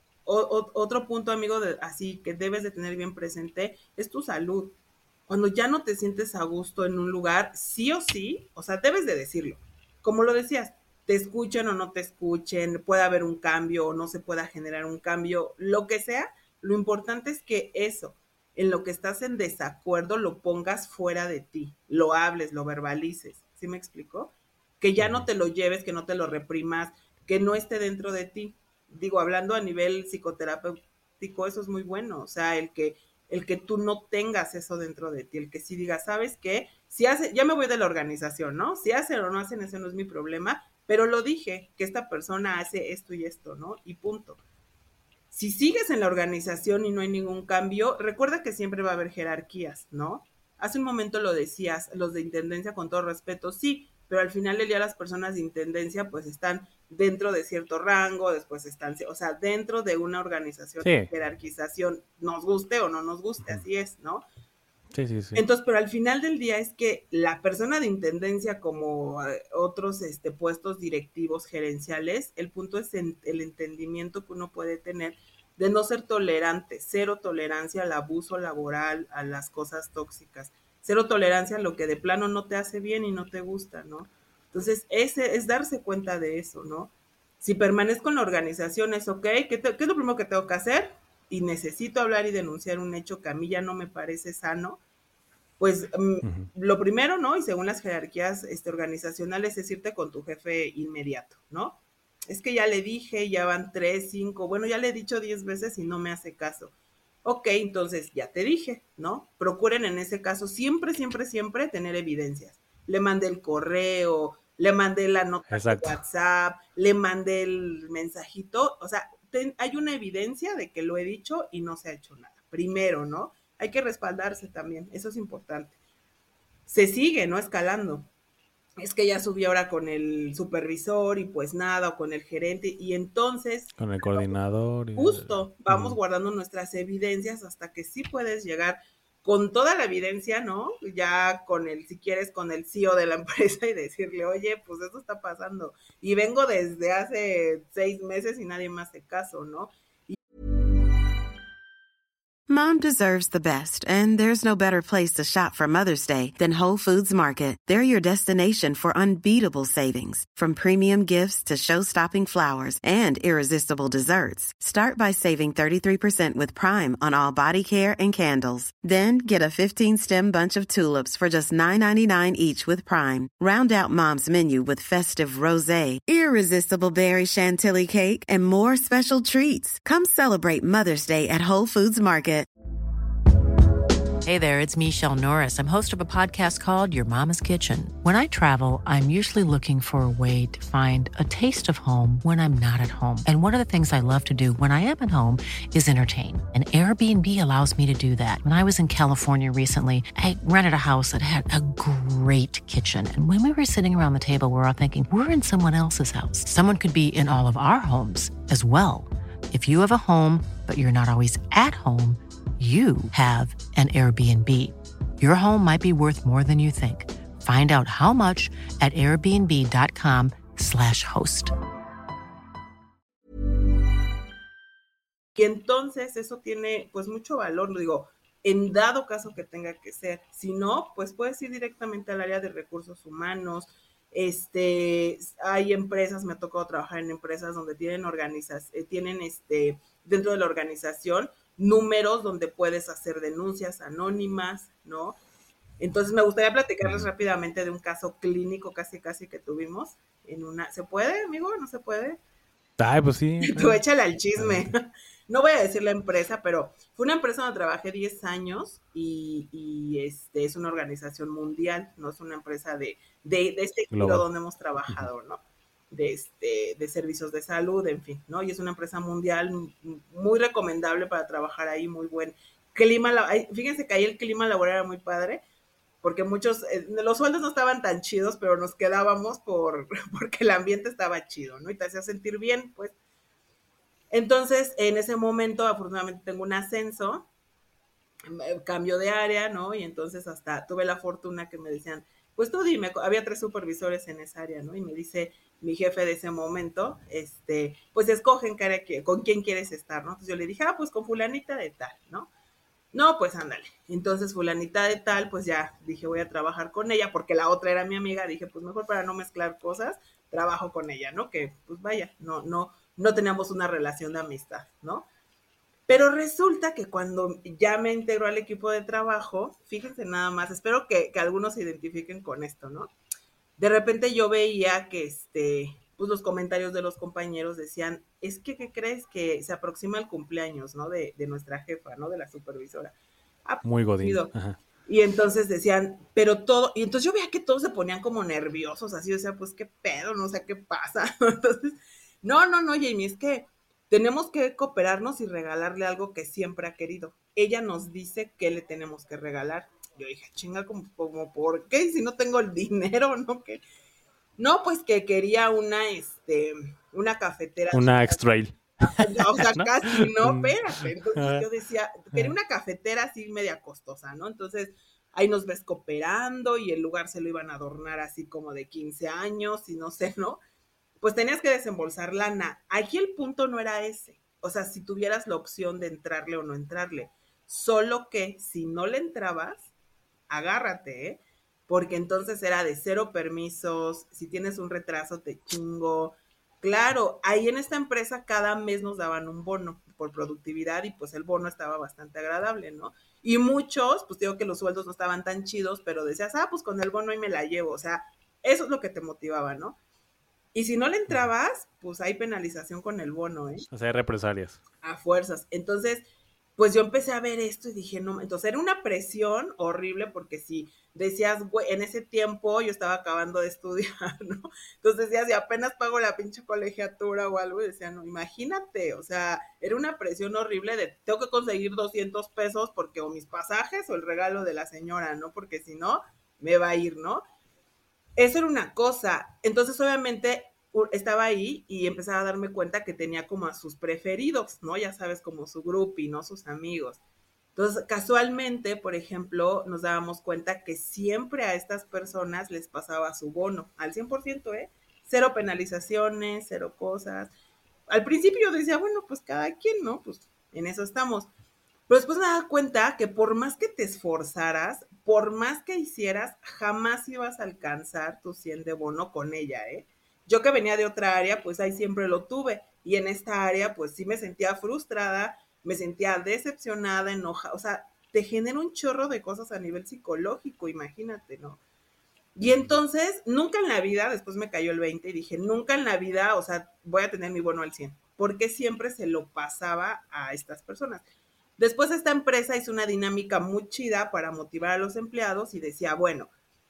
[SPEAKER 3] Otro punto, amigo, así que debes de tener bien presente es tu salud. Cuando ya no te sientes a gusto en un lugar, sí o sí, o sea, debes de decirlo. Como lo decías, te escuchen o no te escuchen, puede haber un cambio o no se pueda generar un cambio, lo que sea, lo importante es que eso, en lo que estás en desacuerdo, lo pongas fuera de ti, lo hables, lo verbalices. ¿Sí me explico? Que ya no te lo lleves, que no te lo reprimas, que no esté dentro de ti. Digo, hablando a nivel psicoterapéutico, eso es muy bueno. O sea, el que tú no tengas eso dentro de ti, el que sí digas, ¿sabes qué? Si hace, ya me voy de la organización, ¿no? Si hacen o no hacen, ese no es mi problema, pero lo dije, que esta persona hace esto y esto, ¿no? Y punto. Si sigues en la organización y no hay ningún cambio, recuerda que siempre va a haber jerarquías, ¿no? Hace un momento lo decías, los de intendencia, con todo respeto, sí, pero al final del día las personas de intendencia pues están dentro de cierto rango, después están, o sea, dentro de una organización de
[SPEAKER 2] Sí.
[SPEAKER 3] jerarquización, nos guste o no nos guste, así es, ¿no?
[SPEAKER 2] Sí, sí, sí.
[SPEAKER 3] Entonces, pero al final del día es que la persona de intendencia, como otros puestos directivos gerenciales, el punto es el entendimiento que uno puede tener de no ser tolerante, cero tolerancia al abuso laboral, a las cosas tóxicas, cero tolerancia a lo que de plano no te hace bien y no te gusta, ¿no? Entonces, ese es darse cuenta de eso, ¿no? Si permanezco en la organización es ok, ¿qué es lo primero que tengo que hacer? Y necesito hablar y denunciar un hecho que a mí ya no me parece sano, pues lo primero, ¿no? Y según las jerarquías organizacionales, es irte con tu jefe inmediato, ¿no? Es que ya le dije, ya van 3, 5, bueno, ya le he dicho 10 veces y no me hace caso. Ok, entonces ya te dije, ¿no? Procuren en ese caso siempre, siempre, siempre tener evidencias. Le mandé el correo, le mandé la nota de
[SPEAKER 2] Exacto.
[SPEAKER 3] WhatsApp, le mandé el mensajito, o sea, hay una evidencia de que lo he dicho y no se ha hecho nada. Primero, ¿no? Hay que respaldarse también, eso es importante. Se sigue, ¿no? Escalando. Es que ya subí ahora con el supervisor y pues nada, o con el gerente, y entonces,
[SPEAKER 2] Con el coordinador.
[SPEAKER 3] justo, vamos guardando nuestras evidencias hasta que sí puedes llegar con toda la evidencia, ¿no? Ya con el, si quieres, con el CEO de la empresa y decirle, oye, pues eso está pasando. Y vengo desde hace 6 meses y nadie me hace caso, ¿no?
[SPEAKER 4] Mom deserves the best, and there's no better place to shop for Mother's Day than Whole Foods Market. They're your destination for unbeatable savings, from premium gifts to show-stopping flowers and irresistible desserts. Start by saving 33% with Prime on all body care and candles. Then get a 15-stem bunch of tulips for just $9.99 each with Prime. Round out Mom's menu with festive rosé, irresistible berry chantilly cake, and more special treats. Come celebrate Mother's Day at Whole Foods Market.
[SPEAKER 5] Hey there, it's Michelle Norris. I'm host of a podcast called Your Mama's Kitchen. When I travel, I'm usually looking for a way to find a taste of home when I'm not at home. And one of the things I love to do when I am at home is entertain. And Airbnb allows me to do that. When I was in California recently, I rented a house that had a great kitchen. And when we were sitting around the table, we were all thinking, we're in someone else's house. Someone could be in all of our homes as well. If you have a home, but you're not always at home, you have an Airbnb. Your home might be worth more than you think. Find out how much at airbnb.com/host.
[SPEAKER 3] Y entonces eso tiene pues mucho valor, lo digo, en dado caso que tenga que ser. Si no, pues puedes ir directamente al área de recursos humanos. Hay empresas, me ha tocado trabajar en empresas donde tienen dentro de la organización números donde puedes hacer denuncias anónimas, ¿no? Entonces me gustaría platicarles rápidamente de un caso clínico casi que tuvimos ¿se puede, amigo? ¿No se puede?
[SPEAKER 2] Ay, pues sí.
[SPEAKER 3] Tú échale al chisme. No voy a decir la empresa, pero fue una empresa donde trabajé 10 años y es una organización mundial, no es una empresa de este giro donde hemos trabajado, ¿no? De servicios de salud, en fin, ¿no? Y es una empresa mundial muy recomendable para trabajar ahí, muy buen clima. Fíjense que ahí el clima laboral era muy padre, porque los sueldos no estaban tan chidos, pero nos quedábamos porque el ambiente estaba chido, ¿no? Y te hacía sentir bien, pues. Entonces, en ese momento, afortunadamente tengo un ascenso, cambio de área, ¿no? Y entonces hasta tuve la fortuna que me decían, pues tú dime, había 3 supervisores en esa área, ¿no? Y me dice mi jefe de ese momento, pues escogen con quién quieres estar, ¿no? Entonces yo le dije, pues con fulanita de tal, ¿no? No, pues ándale. Entonces fulanita de tal, pues ya dije, voy a trabajar con ella, porque la otra era mi amiga, dije, pues mejor para no mezclar cosas, trabajo con ella, ¿no? Que, pues vaya, no teníamos una relación de amistad, ¿no? Pero resulta que cuando ya me integró al equipo de trabajo, fíjense nada más, espero que algunos se identifiquen con esto, ¿no? De repente yo veía que pues los comentarios de los compañeros decían, es que, ¿qué crees? Que se aproxima el cumpleaños, ¿no? De nuestra jefa, ¿no? De la supervisora.
[SPEAKER 2] Muy godín. Ajá.
[SPEAKER 3] Y entonces decían, y entonces yo veía que todos se ponían como nerviosos, así, o sea, pues qué pedo, no sé qué pasa. Entonces, no, Jamie, es que tenemos que cooperarnos y regalarle algo que siempre ha querido. Ella nos dice qué le tenemos que regalar. Yo dije, chinga, como ¿por qué? Si no tengo el dinero, ¿no? ¿Qué? No, pues que quería una cafetera.
[SPEAKER 2] Una X-Trail.
[SPEAKER 3] O sea, ¿no? Casi, no, espérate. Entonces yo decía, quería una cafetera así media costosa, ¿no? Entonces ahí nos ves cooperando y el lugar se lo iban a adornar así como de 15 años y no sé, ¿no? Pues tenías que desembolsar lana. Aquí el punto no era ese. O sea, si tuvieras la opción de entrarle o no entrarle. Solo que si no le entrabas, agárrate, ¿eh? Porque entonces era de 0 permisos, si tienes un retraso te chingo. Claro, ahí en esta empresa cada mes nos daban un bono por productividad y pues el bono estaba bastante agradable, ¿no? Y muchos, pues digo que los sueldos no estaban tan chidos, pero decías, pues con el bono ahí me la llevo, o sea, eso es lo que te motivaba, ¿no? Y si no le entrabas, pues hay penalización con el bono, ¿eh?
[SPEAKER 2] O sea, hay represalias.
[SPEAKER 3] A fuerzas. Entonces, pues yo empecé a ver esto y dije, no, entonces era una presión horrible porque si decías, güey, en ese tiempo yo estaba acabando de estudiar, ¿no? Entonces decías, si apenas pago la pinche colegiatura o algo, y decía, no, imagínate, o sea, era una presión horrible de, tengo que conseguir 200 pesos porque o mis pasajes o el regalo de la señora, ¿no? Porque si no, me va a ir, ¿no? Eso era una cosa. Entonces, obviamente, estaba ahí y empezaba a darme cuenta que tenía como a sus preferidos, ¿no? Ya sabes, como su groupie, ¿no? Sus amigos. Entonces, casualmente, por ejemplo, nos dábamos cuenta que siempre a estas personas les pasaba su bono, al 100%, ¿eh? 0 penalizaciones, 0 cosas. Al principio yo decía, bueno, pues cada quien, ¿no? Pues en eso estamos. Pero después me daba cuenta que por más que te esforzaras, por más que hicieras, jamás ibas a alcanzar tu 100 de bono con ella, ¿eh? Yo que venía de otra área, pues ahí siempre lo tuve. Y en esta área, pues sí me sentía frustrada, me sentía decepcionada, enojada. O sea, te genera un chorro de cosas a nivel psicológico, imagínate, ¿no? Y entonces, nunca en la vida, después me cayó el 20 y dije, nunca en la vida, o sea, voy a tener mi bono al 100. Porque siempre se lo pasaba a estas personas. Después esta empresa hizo una dinámica muy chida para motivar a los empleados y decía, bueno,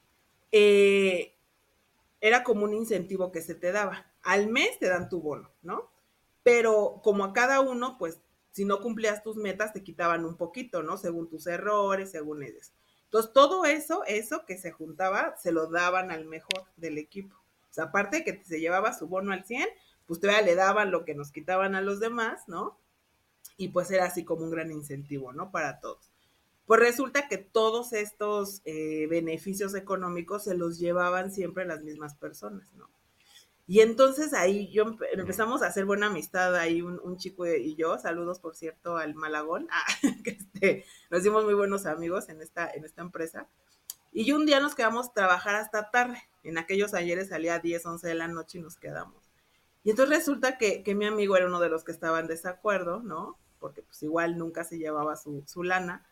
[SPEAKER 3] era como un incentivo que se te daba. Al mes te dan tu bono, ¿no? Pero como a cada uno, pues si no cumplías tus metas, te quitaban un poquito, ¿no? Según tus errores, según ellos. Entonces, todo eso que se juntaba, se lo daban al mejor del equipo. O sea, aparte de que se llevaba su bono al 100, pues todavía le daban lo que nos quitaban a los demás, ¿no? Y pues era así como un gran incentivo, ¿no? Para todos. Pues resulta que todos estos beneficios económicos se los llevaban siempre las mismas personas, ¿no? Y entonces ahí empezamos a hacer buena amistad, ahí un chico y yo, saludos por cierto al Malagón, que nos hicimos muy buenos amigos en esta empresa. Y un día nos quedamos a trabajar hasta tarde, en aquellos ayeres salía a 10, 11 de la noche y nos quedamos. Y entonces resulta que mi amigo era uno de los que estaba en desacuerdo, ¿no? Porque pues igual nunca se llevaba su lana.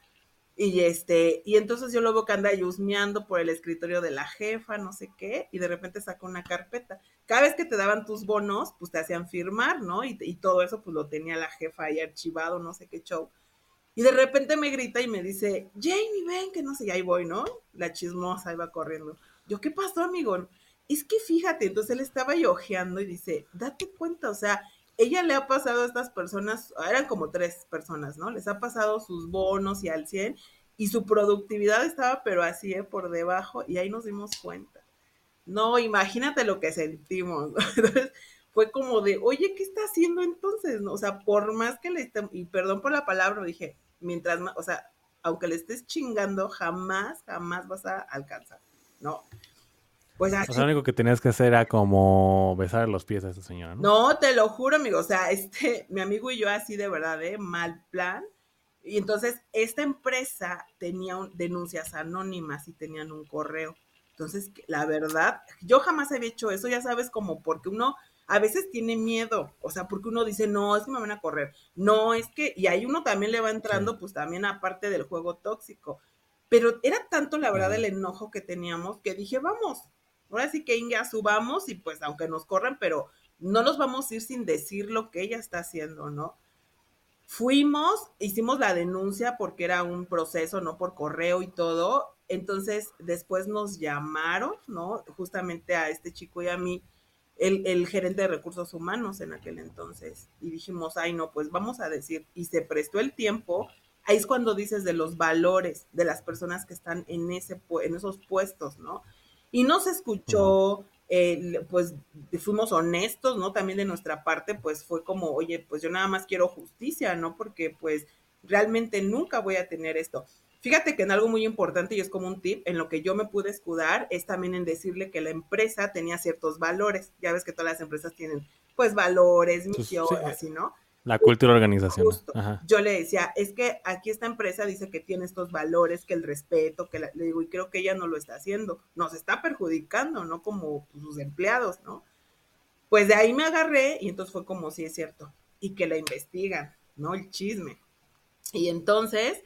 [SPEAKER 3] Y entonces yo lo veo que anda husmeando por el escritorio de la jefa, no sé qué, y de repente saca una carpeta. Cada vez que te daban tus bonos, pues te hacían firmar, ¿no? Y todo eso, pues lo tenía la jefa ahí archivado, no sé qué show. Y de repente me grita y me dice, Jamie, ven, que no sé, y ahí voy, ¿no? La chismosa iba corriendo. Yo, ¿qué pasó, amigo? Es que fíjate, entonces él estaba ahí ojeando y dice, date cuenta, o sea, ella le ha pasado a estas personas, eran como 3 personas, ¿no? Les ha pasado sus bonos y al 100 y su productividad estaba pero así, por debajo, y ahí nos dimos cuenta. No, imagínate lo que sentimos, ¿no? Entonces fue como de, oye, ¿qué está haciendo entonces? ¿No? O sea, por más que le esté, y perdón por la palabra, dije, mientras más, o sea, aunque le estés chingando, jamás, jamás vas a alcanzar, ¿no? Pues
[SPEAKER 2] O sea,
[SPEAKER 3] así,
[SPEAKER 2] lo único que tenías que hacer era como besar los pies a esa señora, ¿no?
[SPEAKER 3] no, te lo juro, amigo, o sea, mi amigo y yo así de verdad, mal plan. Y entonces esta empresa tenía denuncias anónimas y tenían un correo. Entonces, la verdad, yo jamás había hecho eso, ya sabes, como porque uno a veces tiene miedo, o sea, porque uno dice, no, es que me van a correr, no, es que, y ahí uno también le va
[SPEAKER 2] Sí.
[SPEAKER 3] entrando, pues también aparte del juego tóxico. Pero era tanto, la verdad, el
[SPEAKER 2] Ujú.
[SPEAKER 3] enojo que teníamos que dije, vamos, ahora sí que Inga, subamos y pues aunque nos corran, pero no nos vamos a ir sin decir lo que ella está haciendo, ¿no? Fuimos, hicimos la denuncia porque era un proceso, ¿no? Por correo y todo. Entonces, después nos llamaron, ¿no? Justamente a este chico y a mí, el gerente de recursos humanos en aquel entonces. Y dijimos, ay, no, pues vamos a decir. Y se prestó el tiempo. Ahí es cuando dices de los valores de las personas que están en esos puestos, ¿no? Y no se
[SPEAKER 2] Ujú.
[SPEAKER 3] escuchó, pues fuimos honestos, ¿no? También de nuestra parte, pues fue como, oye, pues yo nada más quiero justicia, ¿no? Porque pues realmente nunca voy a tener esto. Fíjate que en algo muy importante, y es como un tip, en lo que yo me pude escudar, es también en decirle que la empresa tenía ciertos valores. Ya ves que todas las empresas tienen, pues, valores, misión,
[SPEAKER 2] Sí,
[SPEAKER 3] así, ¿no?
[SPEAKER 2] la cultura organizacional.
[SPEAKER 3] Justo.
[SPEAKER 2] Ajá.
[SPEAKER 3] Yo le decía, es que aquí esta empresa dice que tiene estos valores, que el respeto, le digo, y creo que ella no lo está haciendo, nos está perjudicando, ¿no? Como pues, sus empleados, ¿no? Pues de ahí me agarré y entonces fue como, sí, es cierto, y que la investigan, ¿no? El chisme. Y entonces,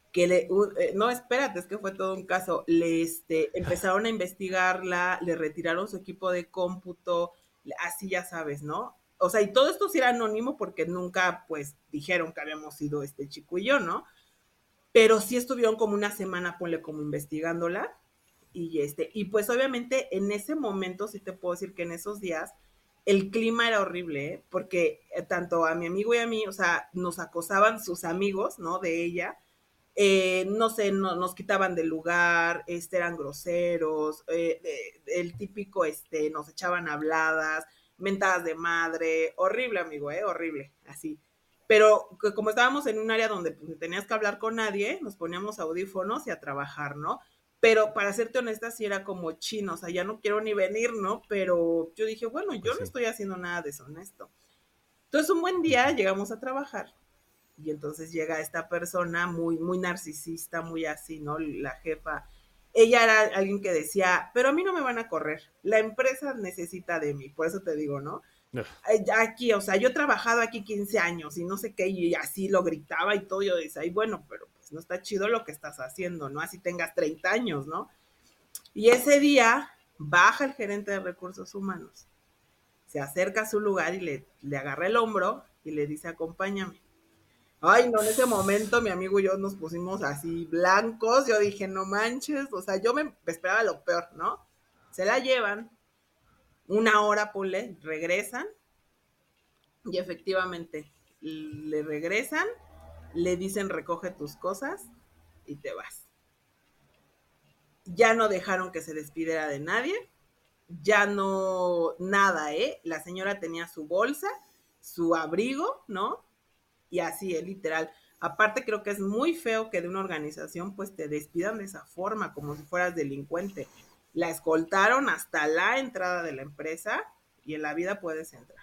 [SPEAKER 3] no, espérate, es que fue todo un caso, empezaron a investigarla, le retiraron su equipo de cómputo, así ya sabes, ¿no? O sea, y todo esto sí era anónimo porque nunca, pues, dijeron que habíamos sido este chico y yo, ¿no? Pero sí estuvieron como una semana, ponle como investigándola, y pues obviamente en ese momento sí te puedo decir que en esos días el clima era horrible, ¿eh? Porque tanto a mi amigo y a mí, o sea, nos acosaban sus amigos, ¿no? De ella, no sé, nos quitaban del lugar, eran groseros, el típico, nos echaban habladas, mentadas de madre, horrible, amigo, horrible, así. Pero como estábamos en un área donde pues, tenías que hablar con nadie, nos poníamos audífonos y a trabajar, ¿no? Pero para serte honesta, sí era como chino, o sea, ya no quiero ni venir, ¿no? Pero yo dije, bueno, yo
[SPEAKER 2] Pues
[SPEAKER 3] no
[SPEAKER 2] sí.
[SPEAKER 3] estoy haciendo nada deshonesto. Entonces, un buen día
[SPEAKER 2] Ujú.
[SPEAKER 3] llegamos a trabajar y entonces llega esta persona muy, muy narcisista, muy así, ¿no? La jefa. Ella era alguien que decía, pero a mí no me van a correr, la empresa necesita de mí, por eso te digo, ¿no?
[SPEAKER 2] Ugh.
[SPEAKER 3] Aquí, o sea, yo he trabajado aquí 15 años y no sé qué, y así lo gritaba y todo, yo decía, ay, bueno, pero pues no está chido lo que estás haciendo, ¿no? Así tengas 30 años, ¿no? Y ese día baja el gerente de recursos humanos, se acerca a su lugar y le agarra el hombro y le dice, acompáñame. Ay, no, en ese momento mi amigo y yo nos pusimos así blancos. Yo dije, no manches, o sea, yo me esperaba lo peor, ¿no? Se la llevan, una hora, ponle, regresan y efectivamente le regresan, le dicen recoge tus cosas y te vas. Ya no dejaron que se despidiera de nadie, ya no, nada, ¿eh? La señora tenía su bolsa, su abrigo, ¿no? Y así, literal. Aparte creo que es muy feo que de una organización pues te despidan de esa forma, como si fueras delincuente. La escoltaron hasta la entrada de la empresa y en la vida puedes entrar.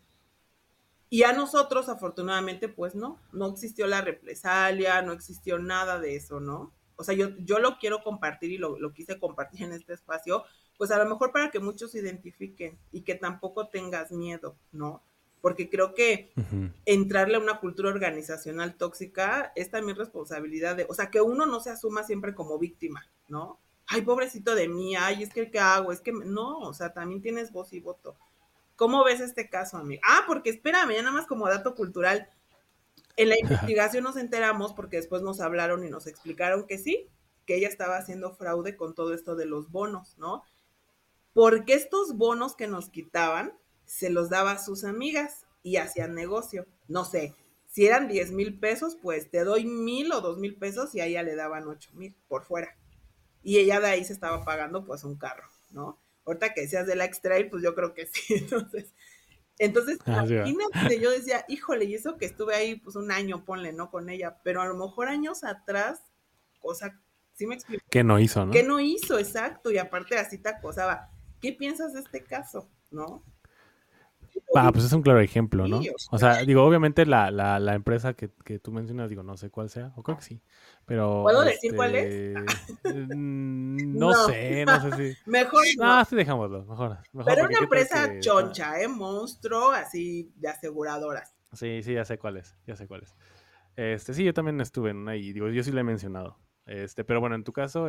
[SPEAKER 3] Y a nosotros, afortunadamente, pues no existió la represalia, no existió nada de eso, ¿no? O sea, yo lo quiero compartir y lo quise compartir en este espacio, pues a lo mejor para que muchos se identifiquen y que tampoco tengas miedo, ¿no? Porque creo que
[SPEAKER 2] Ujú.
[SPEAKER 3] entrarle a una cultura organizacional tóxica es también responsabilidad de, o sea, que uno no se asuma siempre como víctima, ¿no? Ay, pobrecito de mí, ay, es que ¿qué hago? Es que no, o sea, también tienes voz y voto. ¿Cómo ves este caso, amigo? Ah, porque espérame, ya nada más como dato cultural. En la investigación nos enteramos porque después nos hablaron y nos explicaron que sí, que ella estaba haciendo fraude con todo esto de los bonos, ¿no? Porque estos bonos que nos quitaban se los daba a sus amigas y hacían negocio. No sé, si eran 10,000 pesos, pues te doy 1,000 o 2,000 pesos y a ella le daban 8,000 por fuera. Y ella de ahí se estaba pagando pues un carro, ¿no? Ahorita que decías de la X-Trail, pues yo creo que sí. Entonces,
[SPEAKER 2] Ah, sí, va.
[SPEAKER 3] imagínate, yo decía, híjole, y eso que estuve ahí pues un año, ponle, ¿no? Con ella, pero a lo mejor años atrás, cosa, sí me explico,
[SPEAKER 2] ¿Qué no hizo,
[SPEAKER 3] ¿qué
[SPEAKER 2] no?
[SPEAKER 3] no hizo? Exacto, y aparte así te acosaba. ¿Qué piensas de este caso? ¿No?
[SPEAKER 2] Pues es un claro ejemplo,
[SPEAKER 3] Sí,
[SPEAKER 2] ¿no?
[SPEAKER 3] o
[SPEAKER 2] O
[SPEAKER 3] sea,
[SPEAKER 2] sea, digo, obviamente la empresa que tú mencionas, digo, no sé cuál sea, o creo que sí, pero
[SPEAKER 3] ¿puedo decir cuál es? No,
[SPEAKER 2] no sé si...
[SPEAKER 3] mejor no.
[SPEAKER 2] No, sí, dejámoslo, mejor,
[SPEAKER 3] Pero
[SPEAKER 2] porque
[SPEAKER 3] una
[SPEAKER 2] qué tal
[SPEAKER 3] empresa
[SPEAKER 2] que está...
[SPEAKER 3] choncha, ¿eh? Monstruo, así de aseguradoras.
[SPEAKER 2] Sí, sí, ya sé cuál es, ya sé cuál es. Sí, yo también estuve en una y digo, yo sí la he mencionado. Pero bueno, en tu caso,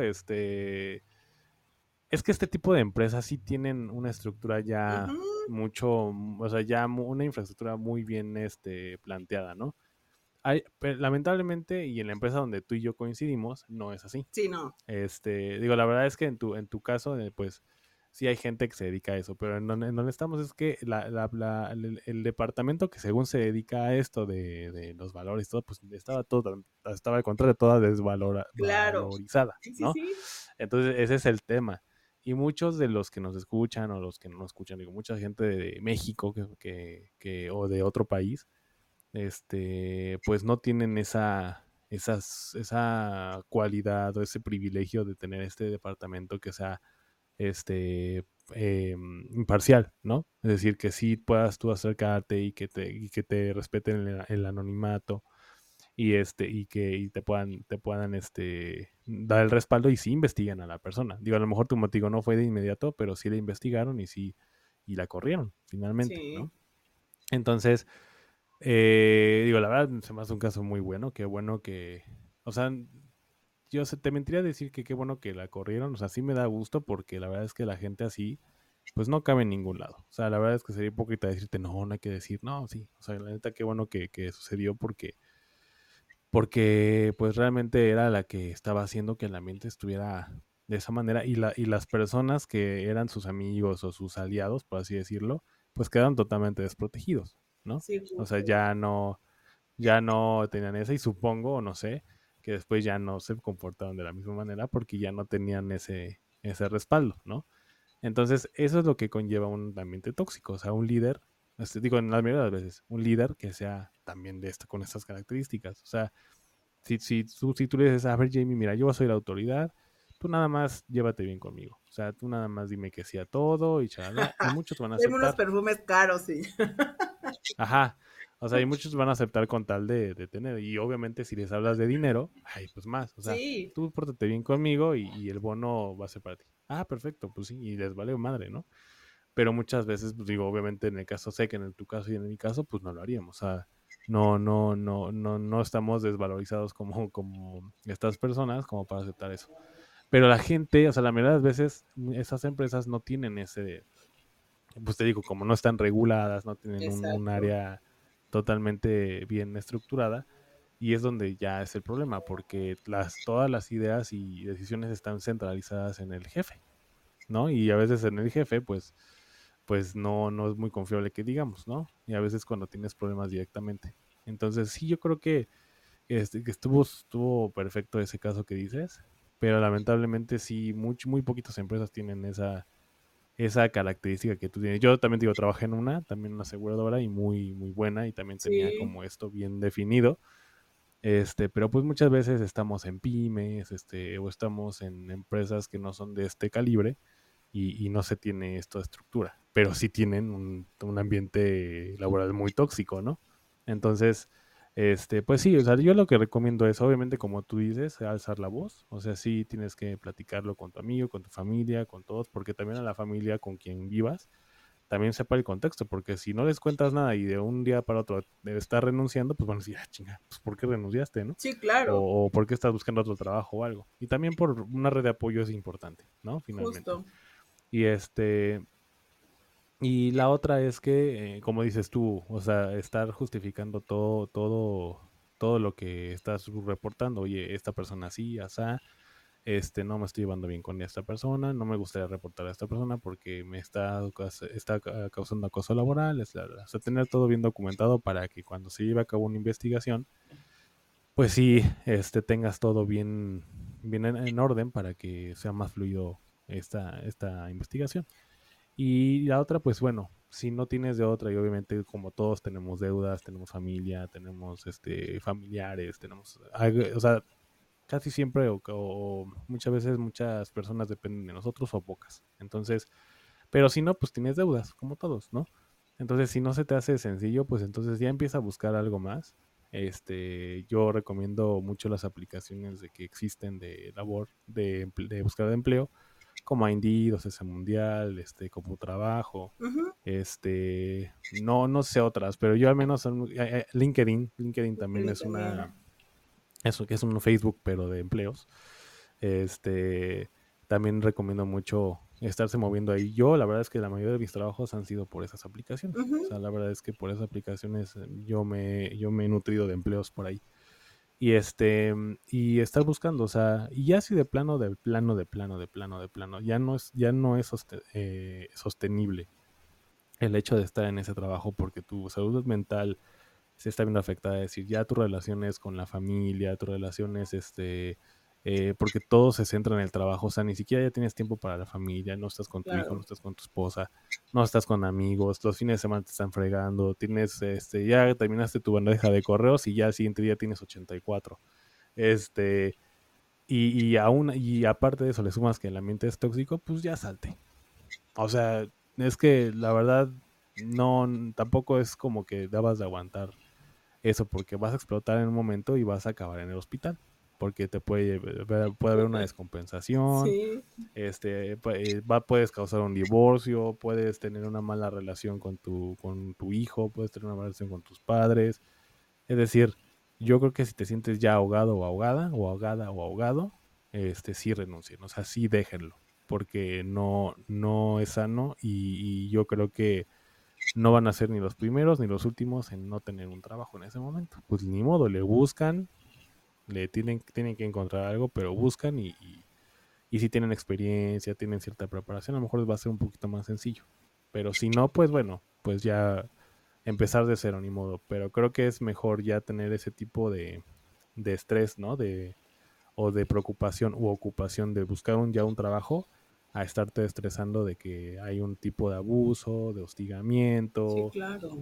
[SPEAKER 2] es que este tipo de empresas sí tienen una estructura ya
[SPEAKER 3] Ujú.
[SPEAKER 2] mucho, o sea, ya una infraestructura muy bien, planteada, ¿no? Lamentablemente, y en la empresa donde tú y yo coincidimos, no es así.
[SPEAKER 3] Sí, no.
[SPEAKER 2] Digo, la verdad es que en tu caso, pues, sí hay gente que se dedica a eso, pero en donde estamos es que el departamento que según se dedica a esto de los valores, todo, pues estaba al contrario, toda
[SPEAKER 3] Claro.
[SPEAKER 2] desvalorizada,
[SPEAKER 3] Sí, sí,
[SPEAKER 2] ¿no?
[SPEAKER 3] sí.
[SPEAKER 2] Entonces, ese es el tema. Y muchos de los que nos escuchan o los que no nos escuchan, digo, mucha gente de México o de otro país, pues no tienen esa cualidad o ese privilegio de tener este departamento que sea este imparcial, ¿no? Es decir, que sí puedas tú acercarte y que te respeten el anonimato y te puedan dar el respaldo y sí investiguen a la persona. Digo, a lo mejor tu motivo no fue de inmediato, pero sí la investigaron y la corrieron finalmente,
[SPEAKER 3] Sí.
[SPEAKER 2] ¿no? Entonces, digo, la verdad se me hace un caso muy bueno, qué bueno que, o sea, te mentiría decir que qué bueno que la corrieron, o sea, sí me da gusto porque la verdad es que la gente así, pues no cabe en ningún lado. O sea, la verdad es que sería hipócrita decirte, no hay que decir, no, sí. O sea, la neta, qué bueno que sucedió porque pues realmente era la que estaba haciendo que el ambiente estuviera de esa manera y las personas que eran sus amigos o sus aliados, por así decirlo, pues quedaron totalmente desprotegidos, ¿no?
[SPEAKER 3] Sí,
[SPEAKER 2] O sea,
[SPEAKER 3] justo.
[SPEAKER 2] ya no tenían esa y supongo, o no sé, que después ya no se comportaron de la misma manera porque ya no tenían ese respaldo, ¿no? Entonces, eso es lo que conlleva un ambiente tóxico, o sea, un líder, digo, en la mayoría de las veces, un líder que sea también con estas características, o sea, si tú le dices, a ver, Jamie, mira, yo soy la autoridad, tú nada más llévate bien conmigo, o sea, tú nada más dime que sí a todo y chalala, y muchos van a
[SPEAKER 3] Tengo unos
[SPEAKER 2] aceptar.
[SPEAKER 3] perfumes caros, sí.
[SPEAKER 2] Ajá. O sea, y muchos van a aceptar con tal de tener. Y obviamente si les hablas de dinero, ay, pues más. O sea,
[SPEAKER 3] Sí,
[SPEAKER 2] tú pórtate bien conmigo y el bono va a ser para ti. Ah, perfecto, pues sí, y les vale madre, ¿no? Pero muchas veces, pues digo, obviamente en el caso, sé que en tu caso y en mi caso, pues no lo haríamos. O sea, no estamos desvalorizados como estas personas como para aceptar eso. Pero la gente, o sea, la mayoría de las veces, esas empresas no tienen pues te digo, como no están reguladas, no tienen un
[SPEAKER 3] exacto.
[SPEAKER 2] área totalmente bien estructurada, Y es donde ya es el problema, porque todas las ideas y decisiones están centralizadas en el jefe, ¿no? Y a veces en el jefe, pues no es muy confiable que digamos, ¿no? Y a veces cuando tienes problemas directamente. Entonces, sí, yo creo que estuvo perfecto ese caso que dices, pero lamentablemente sí, muy poquitas empresas tienen esa característica que tú tienes. Yo también digo, trabajé en también una aseguradora y muy buena y también tenía
[SPEAKER 3] Sí,
[SPEAKER 2] como esto bien definido. Pero pues muchas veces estamos en pymes, o estamos en empresas que no son de este calibre y no se tiene esta estructura, pero sí tienen un ambiente laboral muy tóxico, ¿no? Entonces, pues sí, o sea, yo lo que recomiendo es, obviamente, como tú dices, alzar la voz, o sea, sí tienes que platicarlo con tu amigo, con tu familia, con todos, porque también a la familia con quien vivas, también sepa el contexto, porque si no les cuentas nada y de un día para otro debe estar renunciando, pues van a decir, ah, chinga, pues ¿por qué renunciaste, no?
[SPEAKER 3] sí, claro,
[SPEAKER 2] O ¿por qué estás buscando otro trabajo o algo? Y también por una red de apoyo es importante, ¿no? Finalmente.
[SPEAKER 3] justo.
[SPEAKER 2] Y y la otra es que, como dices tú, o sea, estar justificando todo lo que estás reportando. Oye, esta persona sí, asá, no me estoy llevando bien con esta persona, no me gustaría reportar a esta persona porque está causando acoso laboral, o sea, tener todo bien documentado para que cuando se lleve a cabo una investigación, pues sí, tengas todo bien en orden para que sea más fluido esta investigación. Y la otra, pues bueno, si no tienes de otra, y obviamente como todos tenemos deudas, tenemos familia, tenemos familiares, o sea, casi siempre o muchas veces muchas personas dependen de nosotros o pocas. Entonces, pero si no, pues tienes deudas, como todos, ¿no? Entonces, si no se te hace sencillo, pues entonces ya empieza a buscar algo más. Yo recomiendo mucho las aplicaciones de que existen de labor, de búsqueda de empleo, como Indeed, o sea, Mundial, como Trabajo,
[SPEAKER 3] Ujú.
[SPEAKER 2] no sé otras, pero yo al menos LinkedIn también
[SPEAKER 3] LinkedIn también.
[SPEAKER 2] eso que es un Facebook, pero de empleos. Este, También recomiendo mucho estarse moviendo ahí. Yo, la verdad es que la mayoría de mis trabajos han sido por esas aplicaciones. O
[SPEAKER 3] Ujú.
[SPEAKER 2] sea, la verdad es que por esas aplicaciones yo me he nutrido de empleos por ahí. Y y estar buscando, o sea, y ya si de plano, ya no es sostenible el hecho de estar en ese trabajo porque tu salud mental se está viendo afectada, es decir, ya tus relaciones con la familia, tus relaciones, porque todo se centra en el trabajo, o sea, ni siquiera ya tienes tiempo para la familia, no estás con tu hijo, no
[SPEAKER 3] Claro.
[SPEAKER 2] estás con tu esposa, no estás con amigos, los fines de semana te están fregando, ya terminaste tu bandeja de correos y ya al siguiente día tienes 84. Este, y aparte de eso le sumas que el ambiente es tóxico, pues ya salte. O sea, es que la verdad no, tampoco es como que dabas de aguantar eso, porque vas a explotar en un momento y vas a acabar en el hospital, porque puede haber una descompensación,
[SPEAKER 3] Sí,
[SPEAKER 2] puedes causar un divorcio, puedes tener una mala relación con tu hijo, puedes tener una mala relación con tus padres. Es decir, yo creo que si te sientes ya ahogado o ahogada, o ahogada o ahogado, sí renuncien, o sea, sí déjenlo, porque no es sano y yo creo que no van a ser ni los primeros ni los últimos en no tener un trabajo en ese momento. Pues ni modo, le buscan, tienen que encontrar algo, pero buscan y si tienen experiencia, tienen cierta preparación, a lo mejor les va a ser un poquito más sencillo. Pero si no, pues bueno, pues ya empezar de cero, ni modo. Pero creo que es mejor ya tener ese tipo de estrés, ¿no? O de preocupación u ocupación de buscar ya un trabajo a estarte estresando de que hay un tipo de abuso, de
[SPEAKER 3] sí,
[SPEAKER 2] hostigamiento,
[SPEAKER 3] claro.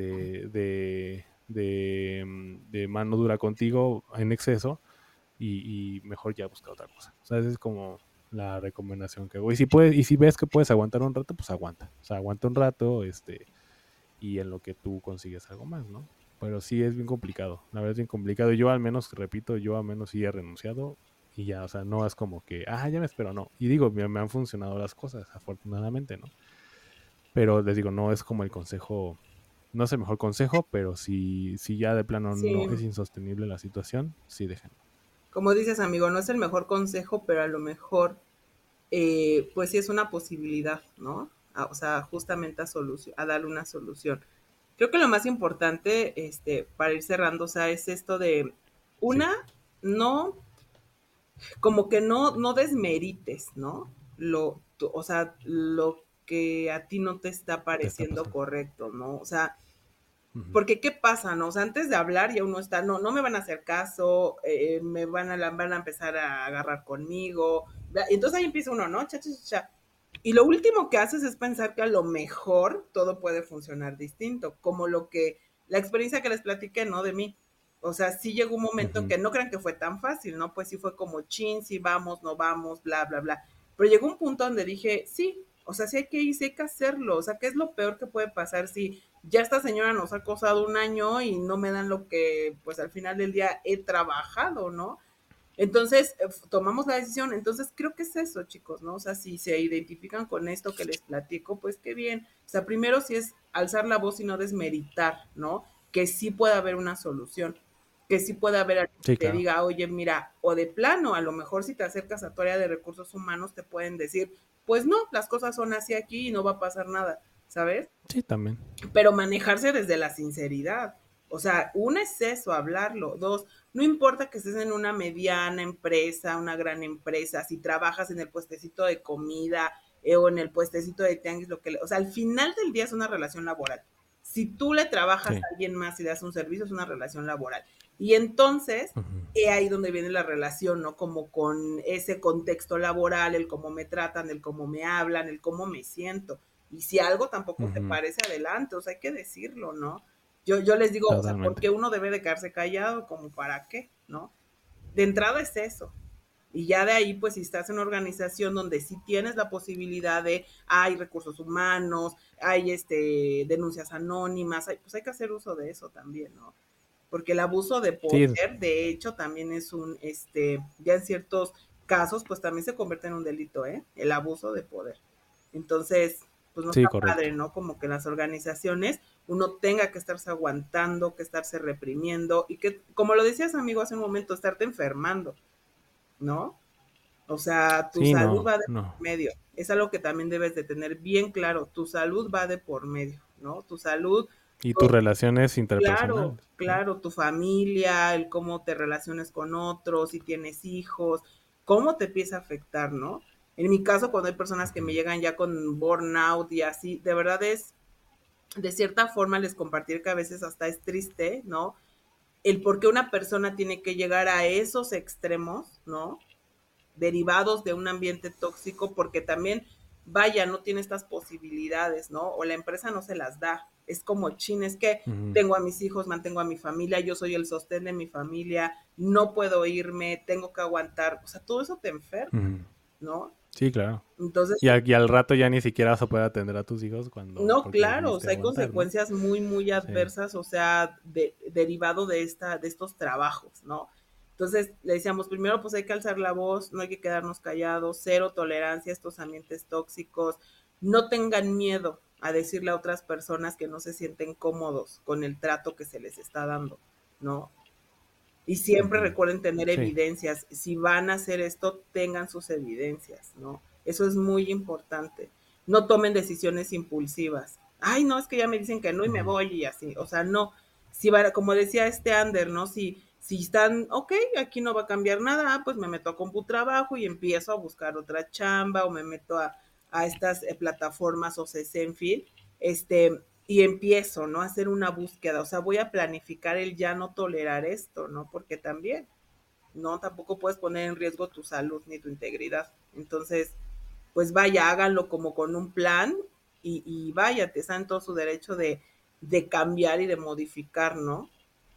[SPEAKER 2] de mano dura contigo en exceso y mejor ya buscar otra cosa. O sea, esa es como la recomendación que hago. Y si ves que puedes aguantar un rato, pues aguanta. O sea, aguanta un rato, y en lo que tú consigues algo más, ¿no? Pero sí es bien complicado, la verdad es bien complicado. Yo al menos, repito, yo al menos sí he renunciado y ya, o sea, no es como que, ya me espero, no. Y digo, me han funcionado las cosas, afortunadamente, ¿no? Pero les digo, no es como el consejo, no es el mejor consejo, pero si ya de plano
[SPEAKER 3] Sí,
[SPEAKER 2] no es insostenible la situación, sí déjenlo.
[SPEAKER 3] como dices, amigo, no es el mejor consejo, pero a lo mejor, pues sí es una posibilidad, ¿no? O sea, justamente a darle una solución. Creo que lo más importante, para ir cerrando, o sea, es esto de una, no, como que no desmerites, ¿no? O sea, lo que a ti no te está
[SPEAKER 2] te está
[SPEAKER 3] pareciendo
[SPEAKER 2] pasando.
[SPEAKER 3] correcto, ¿no? O sea,
[SPEAKER 2] Ujú.
[SPEAKER 3] porque ¿qué pasa, no? O sea, antes de hablar ya uno está, no me van a hacer caso, van a empezar a agarrar conmigo. Entonces ahí empieza uno, ¿no? Cha, cha, cha, cha. Y lo último que haces es pensar que a lo mejor todo puede funcionar distinto, como la experiencia que les platiqué, ¿no? De mí. O sea, sí llegó un momento
[SPEAKER 2] Ujú.
[SPEAKER 3] que no crean que fue tan fácil, ¿no? Pues sí fue como chin, sí vamos, no vamos, bla, bla, bla. Pero llegó un punto donde dije, sí, o sea, sí hay que ir, sí hay que hacerlo. O sea, ¿qué es lo peor que puede pasar si ya esta señora nos ha acosado un año y no me dan lo que, pues al final del día he trabajado, ¿no? Entonces, tomamos la decisión. Entonces, creo que es eso, chicos, ¿no? O sea, si se identifican con esto que les platico, pues qué bien. O sea, primero sí es alzar la voz y no desmeritar, ¿no? Que sí puede haber una solución, que sí puede haber alguien
[SPEAKER 2] Sí,
[SPEAKER 3] que te
[SPEAKER 2] claro.
[SPEAKER 3] diga, oye, mira, o de plano, a lo mejor si te acercas a tu área de recursos humanos, te pueden decir, pues no, las cosas son así aquí y no va a pasar nada, ¿sabes?
[SPEAKER 2] Sí, también.
[SPEAKER 3] Pero manejarse desde la sinceridad. O sea, una es eso, hablarlo. Dos, no importa que estés en una mediana empresa, una gran empresa, si trabajas en el puestecito de comida o en el puestecito de tianguis, o sea, al final del día es una relación laboral. Si tú le trabajas
[SPEAKER 2] Sí.
[SPEAKER 3] a alguien más y das un servicio, es una relación laboral. Y entonces,
[SPEAKER 2] Ujú.
[SPEAKER 3] ahí donde viene la relación, ¿no? Como con ese contexto laboral, el cómo me tratan, el cómo me hablan, el cómo me siento. Y si algo tampoco te
[SPEAKER 2] Ujú.
[SPEAKER 3] parece adelante, o sea, hay que decirlo, ¿no? Yo les digo, o sea, ¿por
[SPEAKER 2] Totalmente.
[SPEAKER 3] qué uno debe de quedarse callado? ¿Como para qué? ¿No? De entrada es eso. Y ya de ahí, pues si estás en una organización donde sí tienes la posibilidad de, hay recursos humanos, hay denuncias anónimas, pues hay que hacer uso de eso también, ¿no? Porque el abuso de
[SPEAKER 2] Sí,
[SPEAKER 3] poder, de hecho, también es ya en ciertos casos, pues también se convierte en un delito, ¿eh? El abuso de poder. Entonces, pues no
[SPEAKER 2] sí,
[SPEAKER 3] está padre,
[SPEAKER 2] correcto.
[SPEAKER 3] ¿no? Como que en las organizaciones uno tenga que estarse aguantando, que estarse reprimiendo y que, como lo decías, amigo, hace un momento, estarte enfermando, ¿no? O sea, tu
[SPEAKER 2] Sí,
[SPEAKER 3] salud
[SPEAKER 2] no,
[SPEAKER 3] va de por
[SPEAKER 2] no.
[SPEAKER 3] medio. Es algo que también debes de tener bien claro. Tu salud va de por medio, ¿no? Tu salud,
[SPEAKER 2] Y tus
[SPEAKER 3] tu-
[SPEAKER 2] relaciones
[SPEAKER 3] claro,
[SPEAKER 2] interpersonales, ¿no?
[SPEAKER 3] claro, tu familia, el cómo te relaciones con otros, si tienes hijos, cómo te empieza a afectar, ¿no? En mi caso, cuando hay personas que me
[SPEAKER 2] Ujú.
[SPEAKER 3] llegan ya con burnout y así, de verdad es, de cierta forma, les compartir que a veces hasta es triste, ¿no? El por qué una persona tiene que llegar a esos extremos, ¿no? Derivados de un ambiente tóxico, porque también, vaya, no tiene estas posibilidades, ¿no? O la empresa no se las da. Es como chin, es que
[SPEAKER 2] Ujú.
[SPEAKER 3] tengo a mis hijos, mantengo a mi familia, yo soy el sostén de mi familia, no puedo irme, tengo que aguantar. O sea, todo eso te enferma,
[SPEAKER 2] Ujú.
[SPEAKER 3] ¿no?
[SPEAKER 2] Sí, claro.
[SPEAKER 3] Entonces,
[SPEAKER 2] Y al rato ya ni siquiera vas a poder atender a tus hijos
[SPEAKER 3] no,
[SPEAKER 2] porque
[SPEAKER 3] claro, o
[SPEAKER 2] decidiste
[SPEAKER 3] sea, hay
[SPEAKER 2] aguantar, ¿no?
[SPEAKER 3] consecuencias muy, muy
[SPEAKER 2] Sí.
[SPEAKER 3] adversas, o sea, derivado de estos trabajos, ¿no? Entonces, le decíamos, primero, pues hay que alzar la voz, no hay que quedarnos callados, cero tolerancia a estos ambientes tóxicos, no tengan miedo a decirle a otras personas que no se sienten cómodos con el trato que se les está dando, ¿no? Y siempre
[SPEAKER 2] Ujú.
[SPEAKER 3] recuerden tener
[SPEAKER 2] Sí.
[SPEAKER 3] evidencias. Si van a hacer esto, tengan sus evidencias, ¿no? Eso es muy importante. No tomen decisiones impulsivas. Ay, no, es que ya me dicen que no y me
[SPEAKER 2] Ujú.
[SPEAKER 3] voy y así. O sea, no. Si va, como decía Ander, ¿no? Si están, ok, aquí no va a cambiar nada, pues me meto a CompuTrabajo y empiezo a buscar otra chamba o me meto a estas plataformas o Cesenfil, y empiezo, ¿no? A hacer una búsqueda, o sea, voy a planificar el ya no tolerar esto, ¿no? Porque también, ¿no? Tampoco puedes poner en riesgo tu salud ni tu integridad. Entonces, pues vaya, háganlo como con un plan y vaya, te están en todo su derecho de cambiar y de modificar, ¿no?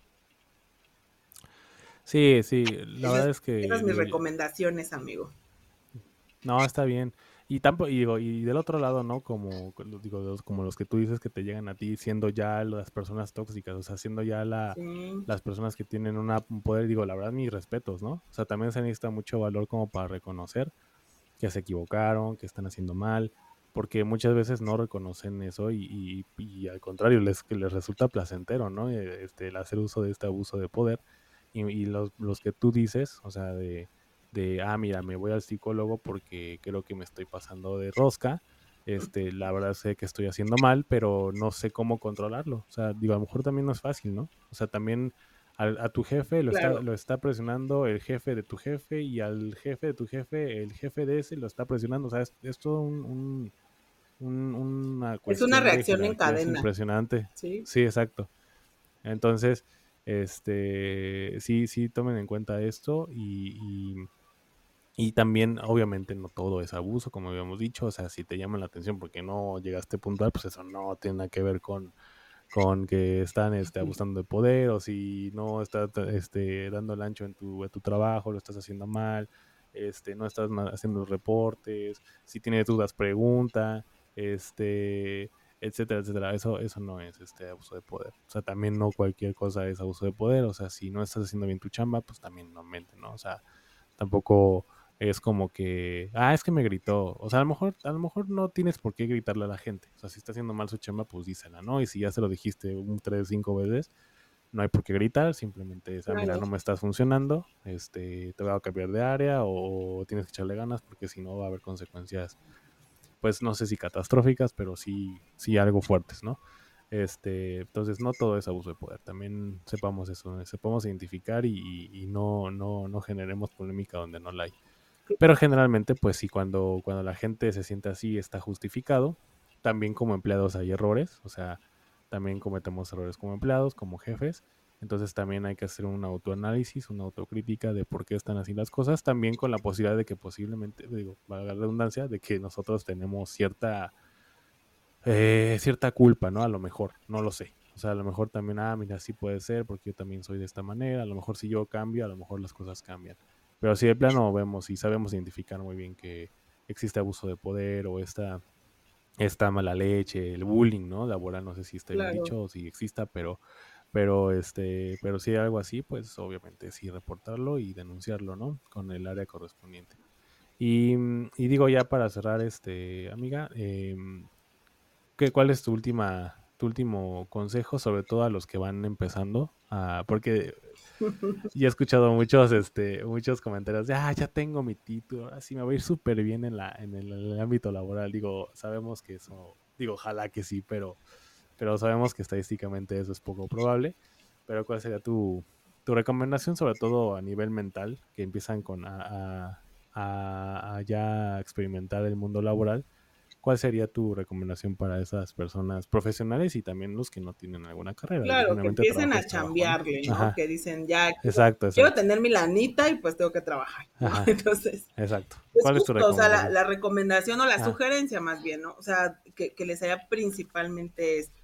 [SPEAKER 2] Sí, sí. La verdad es
[SPEAKER 3] Esas
[SPEAKER 2] que,
[SPEAKER 3] mis
[SPEAKER 2] digo,
[SPEAKER 3] recomendaciones, amigo.
[SPEAKER 2] no, está bien. Y tampoco, y digo, y del otro lado, ¿no? Como, digo, como los que tú dices que te llegan a ti siendo ya las personas tóxicas, o sea, siendo ya
[SPEAKER 3] Sí,
[SPEAKER 2] las personas que tienen un poder, digo, la verdad, mis respetos, ¿no? O sea, también se necesita mucho valor como para reconocer que se equivocaron, que están haciendo mal, porque muchas veces no reconocen eso y al contrario, que les resulta placentero, ¿no? El hacer uso de este abuso de poder y los que tú dices, o sea, mira, me voy al psicólogo porque creo que me estoy pasando de rosca, la verdad sé que estoy haciendo mal, pero no sé cómo controlarlo. O sea, digo, a lo mejor también no es fácil, ¿no? O sea, también a tu jefe
[SPEAKER 3] Claro.
[SPEAKER 2] lo está presionando el jefe de tu jefe y al jefe de tu jefe, el jefe de ese lo está presionando. O sea, es todo una
[SPEAKER 3] Es una
[SPEAKER 2] cuestión de
[SPEAKER 3] reacción en
[SPEAKER 2] jerarquías
[SPEAKER 3] cadena,
[SPEAKER 2] impresionante.
[SPEAKER 3] ¿sí?
[SPEAKER 2] Sí, exacto. Entonces, sí tomen en cuenta esto y también, obviamente, no todo es abuso, como habíamos dicho. O sea, si te llaman la atención porque no llegaste puntual, pues eso no tiene nada que ver con que están abusando de poder, o si no estás dando el ancho en tu trabajo, lo estás haciendo mal, no estás haciendo los reportes, si tienes dudas, pregunta, etcétera, etcétera. Eso no es abuso de poder. O sea, también no cualquier cosa es abuso de poder. O sea, si no estás haciendo bien tu chamba, pues también no mente, ¿no? O sea, tampoco es como que, es que me gritó. O sea, a lo mejor no tienes por qué gritarle a la gente. O sea, si está haciendo mal su chamba, pues dísela, ¿no? Y si ya se lo dijiste 3, 5 veces, no hay por qué gritar, simplemente es, mira,
[SPEAKER 3] Claro.
[SPEAKER 2] no me estás funcionando, te voy a cambiar de área o tienes que echarle ganas porque si no va a haber consecuencias, pues no sé si catastróficas, pero sí algo fuertes, ¿no? Entonces no todo es abuso de poder, también sepamos eso, sepamos identificar y no generemos polémica donde no la hay. Pero generalmente, pues sí, cuando la gente se siente así, está justificado. También como empleados hay errores, o sea, también cometemos errores como empleados, como jefes. Entonces también hay que hacer un autoanálisis, una autocrítica de por qué están así las cosas, también con la posibilidad de que posiblemente, digo, valga la redundancia, de que nosotros tenemos cierta culpa, ¿no? A lo mejor, no lo sé. O sea, a lo mejor también, mira, sí puede ser, porque yo también soy de esta manera. A lo mejor si yo cambio, a lo mejor las cosas cambian. Pero si de plano vemos y sabemos identificar muy bien que existe abuso de poder o esta mala leche, el bullying, ¿no? Laboral, no sé si está bien
[SPEAKER 3] Claro.
[SPEAKER 2] dicho o si exista, pero si hay algo así, pues obviamente sí reportarlo y denunciarlo, ¿no? Con el área correspondiente. Y digo ya para cerrar, amiga, ¿cuál es tu último consejo, sobre todo a los que van empezando? Porque ya he escuchado muchos comentarios de, ya tengo mi título, ahora sí me va a ir súper bien en el ámbito laboral. Digo, sabemos que eso, digo, ojalá que sí, pero sabemos que estadísticamente eso es poco probable. Pero ¿cuál sería tu recomendación, sobre todo a nivel mental, que empiezan a ya experimentar el mundo laboral? ¿Cuál sería tu recomendación para esas personas profesionales y también los que no tienen alguna carrera? Digo,
[SPEAKER 3] Claro, que
[SPEAKER 2] finalmente
[SPEAKER 3] empiecen
[SPEAKER 2] trabajo
[SPEAKER 3] a
[SPEAKER 2] es trabajo, ¿no?
[SPEAKER 3] chambearle, ¿no?
[SPEAKER 2] Ajá,
[SPEAKER 3] Que dicen, ya
[SPEAKER 2] exacto,
[SPEAKER 3] quiero
[SPEAKER 2] exacto.
[SPEAKER 3] tener mi lanita y pues tengo que trabajar, ¿no?
[SPEAKER 2] Ajá,
[SPEAKER 3] Entonces,
[SPEAKER 2] exacto.
[SPEAKER 3] pues
[SPEAKER 2] ¿Cuál es tu
[SPEAKER 3] justo, o sea, la,
[SPEAKER 2] recomendación?
[SPEAKER 3] la recomendación o la
[SPEAKER 2] Ajá,
[SPEAKER 3] sugerencia más bien, ¿no? O sea, que les haya principalmente es,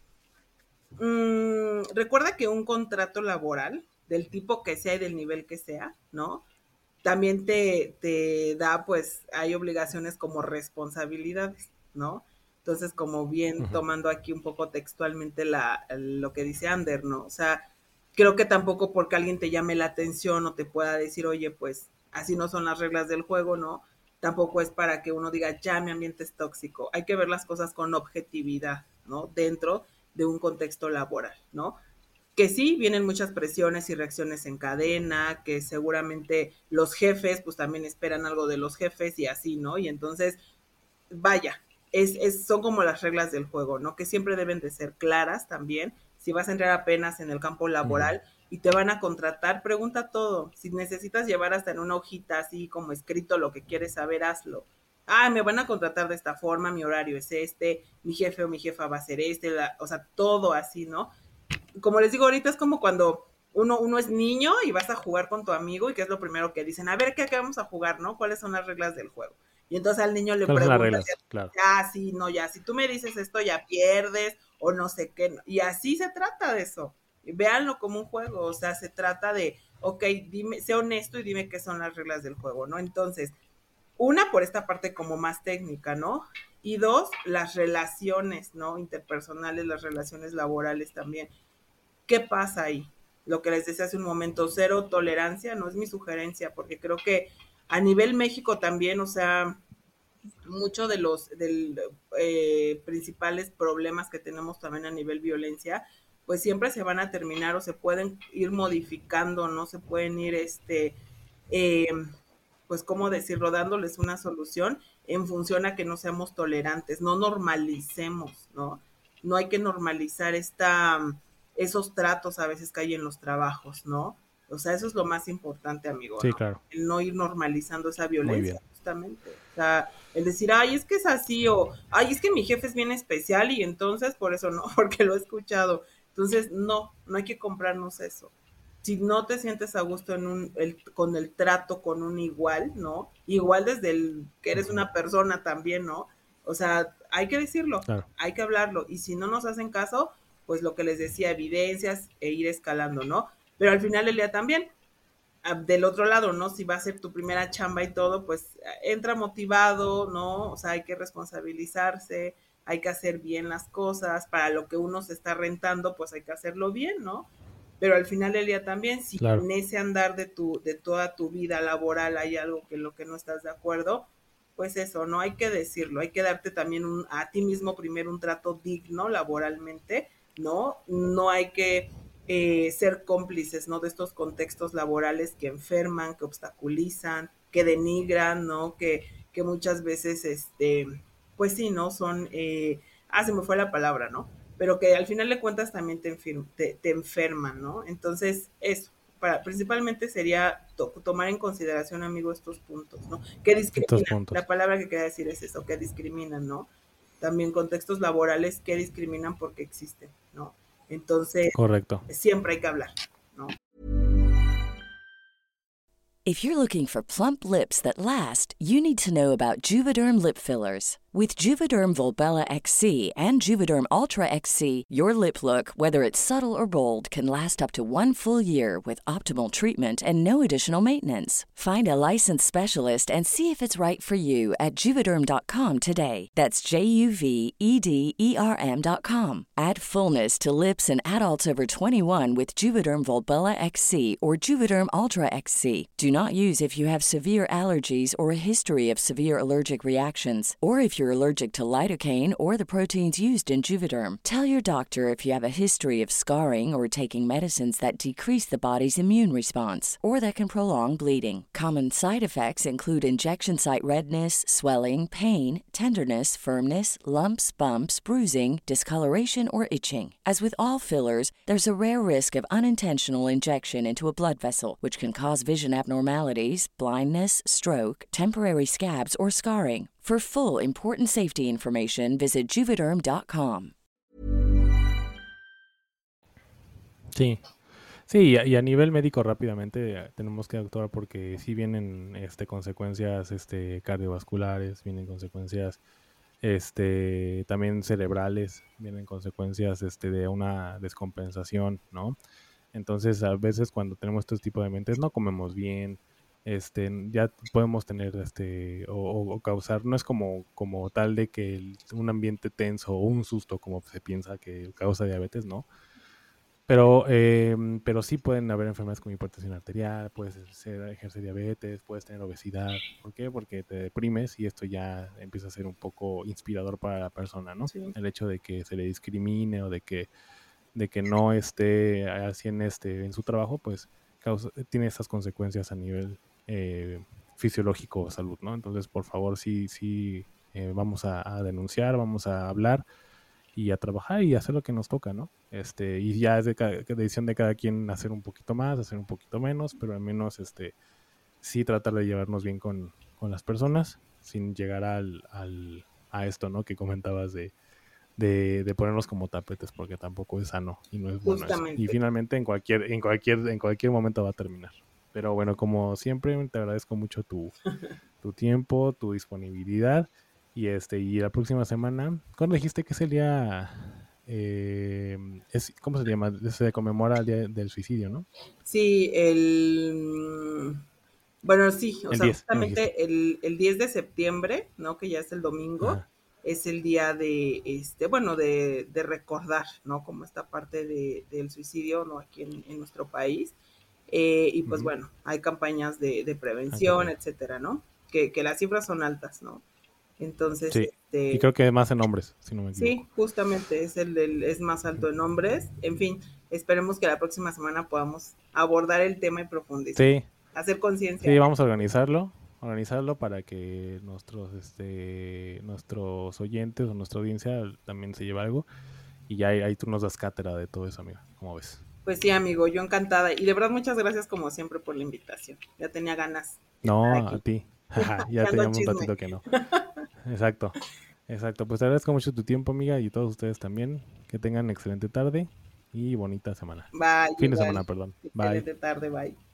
[SPEAKER 3] recuerda que un contrato laboral, del tipo que sea y del nivel que sea, ¿no? También te da, pues, hay obligaciones como responsabilidades, ¿no? Entonces, como bien
[SPEAKER 2] ujú,
[SPEAKER 3] tomando aquí un poco textualmente lo que dice Ander, ¿no? O sea, creo que tampoco porque alguien te llame la atención o te pueda decir, oye, pues, así no son las reglas del juego, ¿no? Tampoco es para que uno diga, ya, mi ambiente es tóxico. Hay que ver las cosas con objetividad, ¿no? Dentro de un contexto laboral, ¿no? Que sí, vienen muchas presiones y reacciones en cadena, que seguramente los jefes pues también esperan algo de los jefes y así, ¿no? Y entonces, vaya, son como las reglas del juego, ¿no? Que siempre deben de ser claras también. Si vas a entrar apenas en el campo
[SPEAKER 2] ujú.
[SPEAKER 3] laboral y te van a contratar, pregunta todo. Si necesitas llevar hasta en una hojita así como escrito lo que quieres saber, hazlo. Me van a contratar de esta forma, mi horario es este, mi jefe o mi jefa va a ser o sea, todo así, ¿no? Como les digo ahorita, es como cuando uno es niño y vas a jugar con tu amigo y que es lo primero que dicen, a ver, ¿qué vamos a jugar, no? ¿Cuáles son las reglas del juego? Y entonces al niño le
[SPEAKER 2] ¿Cuáles son las
[SPEAKER 3] preguntas,
[SPEAKER 2] reglas? Claro.
[SPEAKER 3] sí, no, ya, si tú me dices esto, ya pierdes o no sé qué. Y así se trata de eso. Véanlo como un juego, o sea, se trata de, ok, dime, sé honesto y dime qué son las reglas del juego, ¿no? Entonces, una, por esta parte como más técnica, ¿no? Y dos, las relaciones, ¿no? Interpersonales, las relaciones laborales también. ¿Qué pasa ahí? Lo que les decía hace un momento, cero tolerancia, no es mi sugerencia, porque creo que a nivel México también, o sea, muchos de los principales problemas que tenemos también a nivel violencia, pues siempre se van a terminar o se pueden ir modificando, no se pueden ir, eh, pues, ¿cómo decirlo? Dándoles una solución en función a que no seamos tolerantes, no normalicemos, ¿no? No hay que normalizar esos tratos a veces que hay en los trabajos, ¿no? O sea, eso es lo más importante, amigo,
[SPEAKER 2] Sí,
[SPEAKER 3] ¿no?
[SPEAKER 2] claro.
[SPEAKER 3] El no ir normalizando esa
[SPEAKER 2] Muy
[SPEAKER 3] violencia,
[SPEAKER 2] bien.
[SPEAKER 3] justamente. O sea, el decir, ay, es que es así, o ay, es que mi jefe es bien especial y entonces por eso no, porque lo he escuchado. Entonces, no hay que comprarnos eso. Si no te sientes a gusto con el trato con un igual, ¿no? Igual desde el que eres
[SPEAKER 2] Ujú.
[SPEAKER 3] una persona también, ¿no? O sea, hay que decirlo,
[SPEAKER 2] Claro.
[SPEAKER 3] hay que hablarlo. Y si no nos hacen caso, pues lo que les decía, evidencias e ir escalando, ¿no? Pero al final del día también, del otro lado, ¿no? Si va a ser tu primera chamba y todo, pues entra motivado, ¿no? O sea, hay que responsabilizarse, hay que hacer bien las cosas, para lo que uno se está rentando, pues hay que hacerlo bien, ¿no? Pero al final del día también, si
[SPEAKER 2] Claro.
[SPEAKER 3] en ese andar de toda tu vida laboral hay algo que lo que no estás de acuerdo, pues eso, no hay que decirlo, hay que darte también a ti mismo primero un trato digno laboralmente, ¿no? No hay que ser cómplices, ¿no? De estos contextos laborales que enferman, que obstaculizan, que denigran, ¿no? Que muchas veces, pues sí, ¿no? Son, se me fue la palabra, ¿no? Pero que al final de cuentas también te enferman, ¿no? Entonces, eso, principalmente sería tomar en consideración, amigo, estos puntos, ¿no? Que
[SPEAKER 2] Estos
[SPEAKER 3] discriminan, la
[SPEAKER 2] puntos.
[SPEAKER 3] palabra que quería decir es eso, que discriminan, ¿no? También contextos laborales que discriminan porque existen, ¿no? Entonces,
[SPEAKER 2] Correcto.
[SPEAKER 3] siempre hay que hablar, ¿no?
[SPEAKER 6] If you're looking for plump lips that last, you need to know about Juvederm lip fillers. With Juvederm Volbella XC and Juvederm Ultra XC, your lip look, whether it's subtle or bold, can last up to 1 full year with optimal treatment and no additional maintenance. Find a licensed specialist and see if it's right for you at Juvederm.com today. That's JUVEDERM.com. Add fullness to lips in adults over 21 with Juvederm Volbella XC or Juvederm Ultra XC. Do not use if you have severe allergies or a history of severe allergic reactions, or if you're allergic to lidocaine or the proteins used in Juvederm. Tell your doctor if you have a history of scarring or taking medicines that decrease the body's immune response or that can prolong bleeding. Common side effects include injection site redness, swelling, pain, tenderness, firmness, lumps, bumps, bruising, discoloration, or itching. As with all fillers, there's a rare risk of unintentional injection into a blood vessel, which can cause vision abnormalities, blindness, stroke, temporary scabs, or scarring. For full, important safety information, visit Juvederm.com.
[SPEAKER 2] Sí. Sí, y a nivel médico rápidamente tenemos que actuar porque sí vienen consecuencias cardiovasculares, vienen consecuencias también cerebrales, vienen consecuencias de una descompensación, ¿no? Entonces, a veces cuando tenemos este tipo de mentes no comemos bien, ya podemos tener o causar, no es como tal de que un ambiente tenso o un susto como se piensa que causa diabetes, ¿no? Pero sí pueden haber enfermedades como hipertensión arterial, puedes ejercer diabetes, puedes tener obesidad. ¿Por qué? Porque te deprimes y esto ya empieza a ser un poco inspirador para la persona, ¿no?
[SPEAKER 3] Sí.
[SPEAKER 2] El hecho de que se le discrimine o de que no esté así en su trabajo, pues tiene estas consecuencias a nivel fisiológico o salud, ¿no? Entonces, por favor, sí, vamos a denunciar, vamos a hablar y a trabajar y hacer lo que nos toca, ¿no? Y ya es de decisión de cada quien hacer un poquito más, hacer un poquito menos, pero al menos sí tratar de llevarnos bien con las personas sin llegar a esto, ¿no? Que comentabas de ponernos como tapetes, porque tampoco es sano y no es bueno eso.
[SPEAKER 3] Justamente.
[SPEAKER 2] Y finalmente en cualquier momento va a terminar. Pero bueno, como siempre, te agradezco mucho tu tiempo, tu disponibilidad. Y la próxima semana, ¿cuándo dijiste que es el día? ¿Cómo se llama? Se conmemora el día del suicidio, ¿no?
[SPEAKER 3] Sí, bueno, sí, o
[SPEAKER 2] El
[SPEAKER 3] sea,
[SPEAKER 2] 10, me dijiste.
[SPEAKER 3] justamente el 10 de septiembre, ¿no? Que ya es el domingo,
[SPEAKER 2] Ajá.
[SPEAKER 3] es el día bueno, de recordar, ¿no? Como esta parte del suicidio, ¿no? Aquí en nuestro país. Y pues
[SPEAKER 2] Ujú.
[SPEAKER 3] bueno, hay campañas de
[SPEAKER 2] Ah, qué
[SPEAKER 3] prevención,
[SPEAKER 2] bueno.
[SPEAKER 3] etcétera, ¿no? Que las cifras son altas, ¿no? Entonces,
[SPEAKER 2] Sí, y creo que más en hombres, si no me
[SPEAKER 3] sí,
[SPEAKER 2] equivoco.
[SPEAKER 3] justamente es más alto en hombres. En fin, esperemos que la próxima semana podamos abordar el tema y profundizar,
[SPEAKER 2] Sí,
[SPEAKER 3] hacer conciencia.
[SPEAKER 2] sí, vamos a organizarlo para que nuestros oyentes o nuestra audiencia también se lleve algo. Y ya ahí tú nos das cátedra de todo eso, amiga. ¿Cómo ves?
[SPEAKER 3] Pues sí, amigo, yo encantada. Y de verdad, muchas gracias como siempre por la invitación. Ya tenía ganas de
[SPEAKER 2] No,
[SPEAKER 3] estar
[SPEAKER 2] a
[SPEAKER 3] aquí.
[SPEAKER 2] ti. Ya
[SPEAKER 3] Echando
[SPEAKER 2] teníamos un
[SPEAKER 3] chisme.
[SPEAKER 2] ratito que no. Exacto. Exacto. Pues te agradezco mucho tu tiempo, amiga, y todos ustedes también. Que tengan excelente tarde y bonita semana.
[SPEAKER 3] Bye,
[SPEAKER 2] Fin de
[SPEAKER 3] igual.
[SPEAKER 2] semana, perdón. Bye.
[SPEAKER 3] Excelente tarde, bye.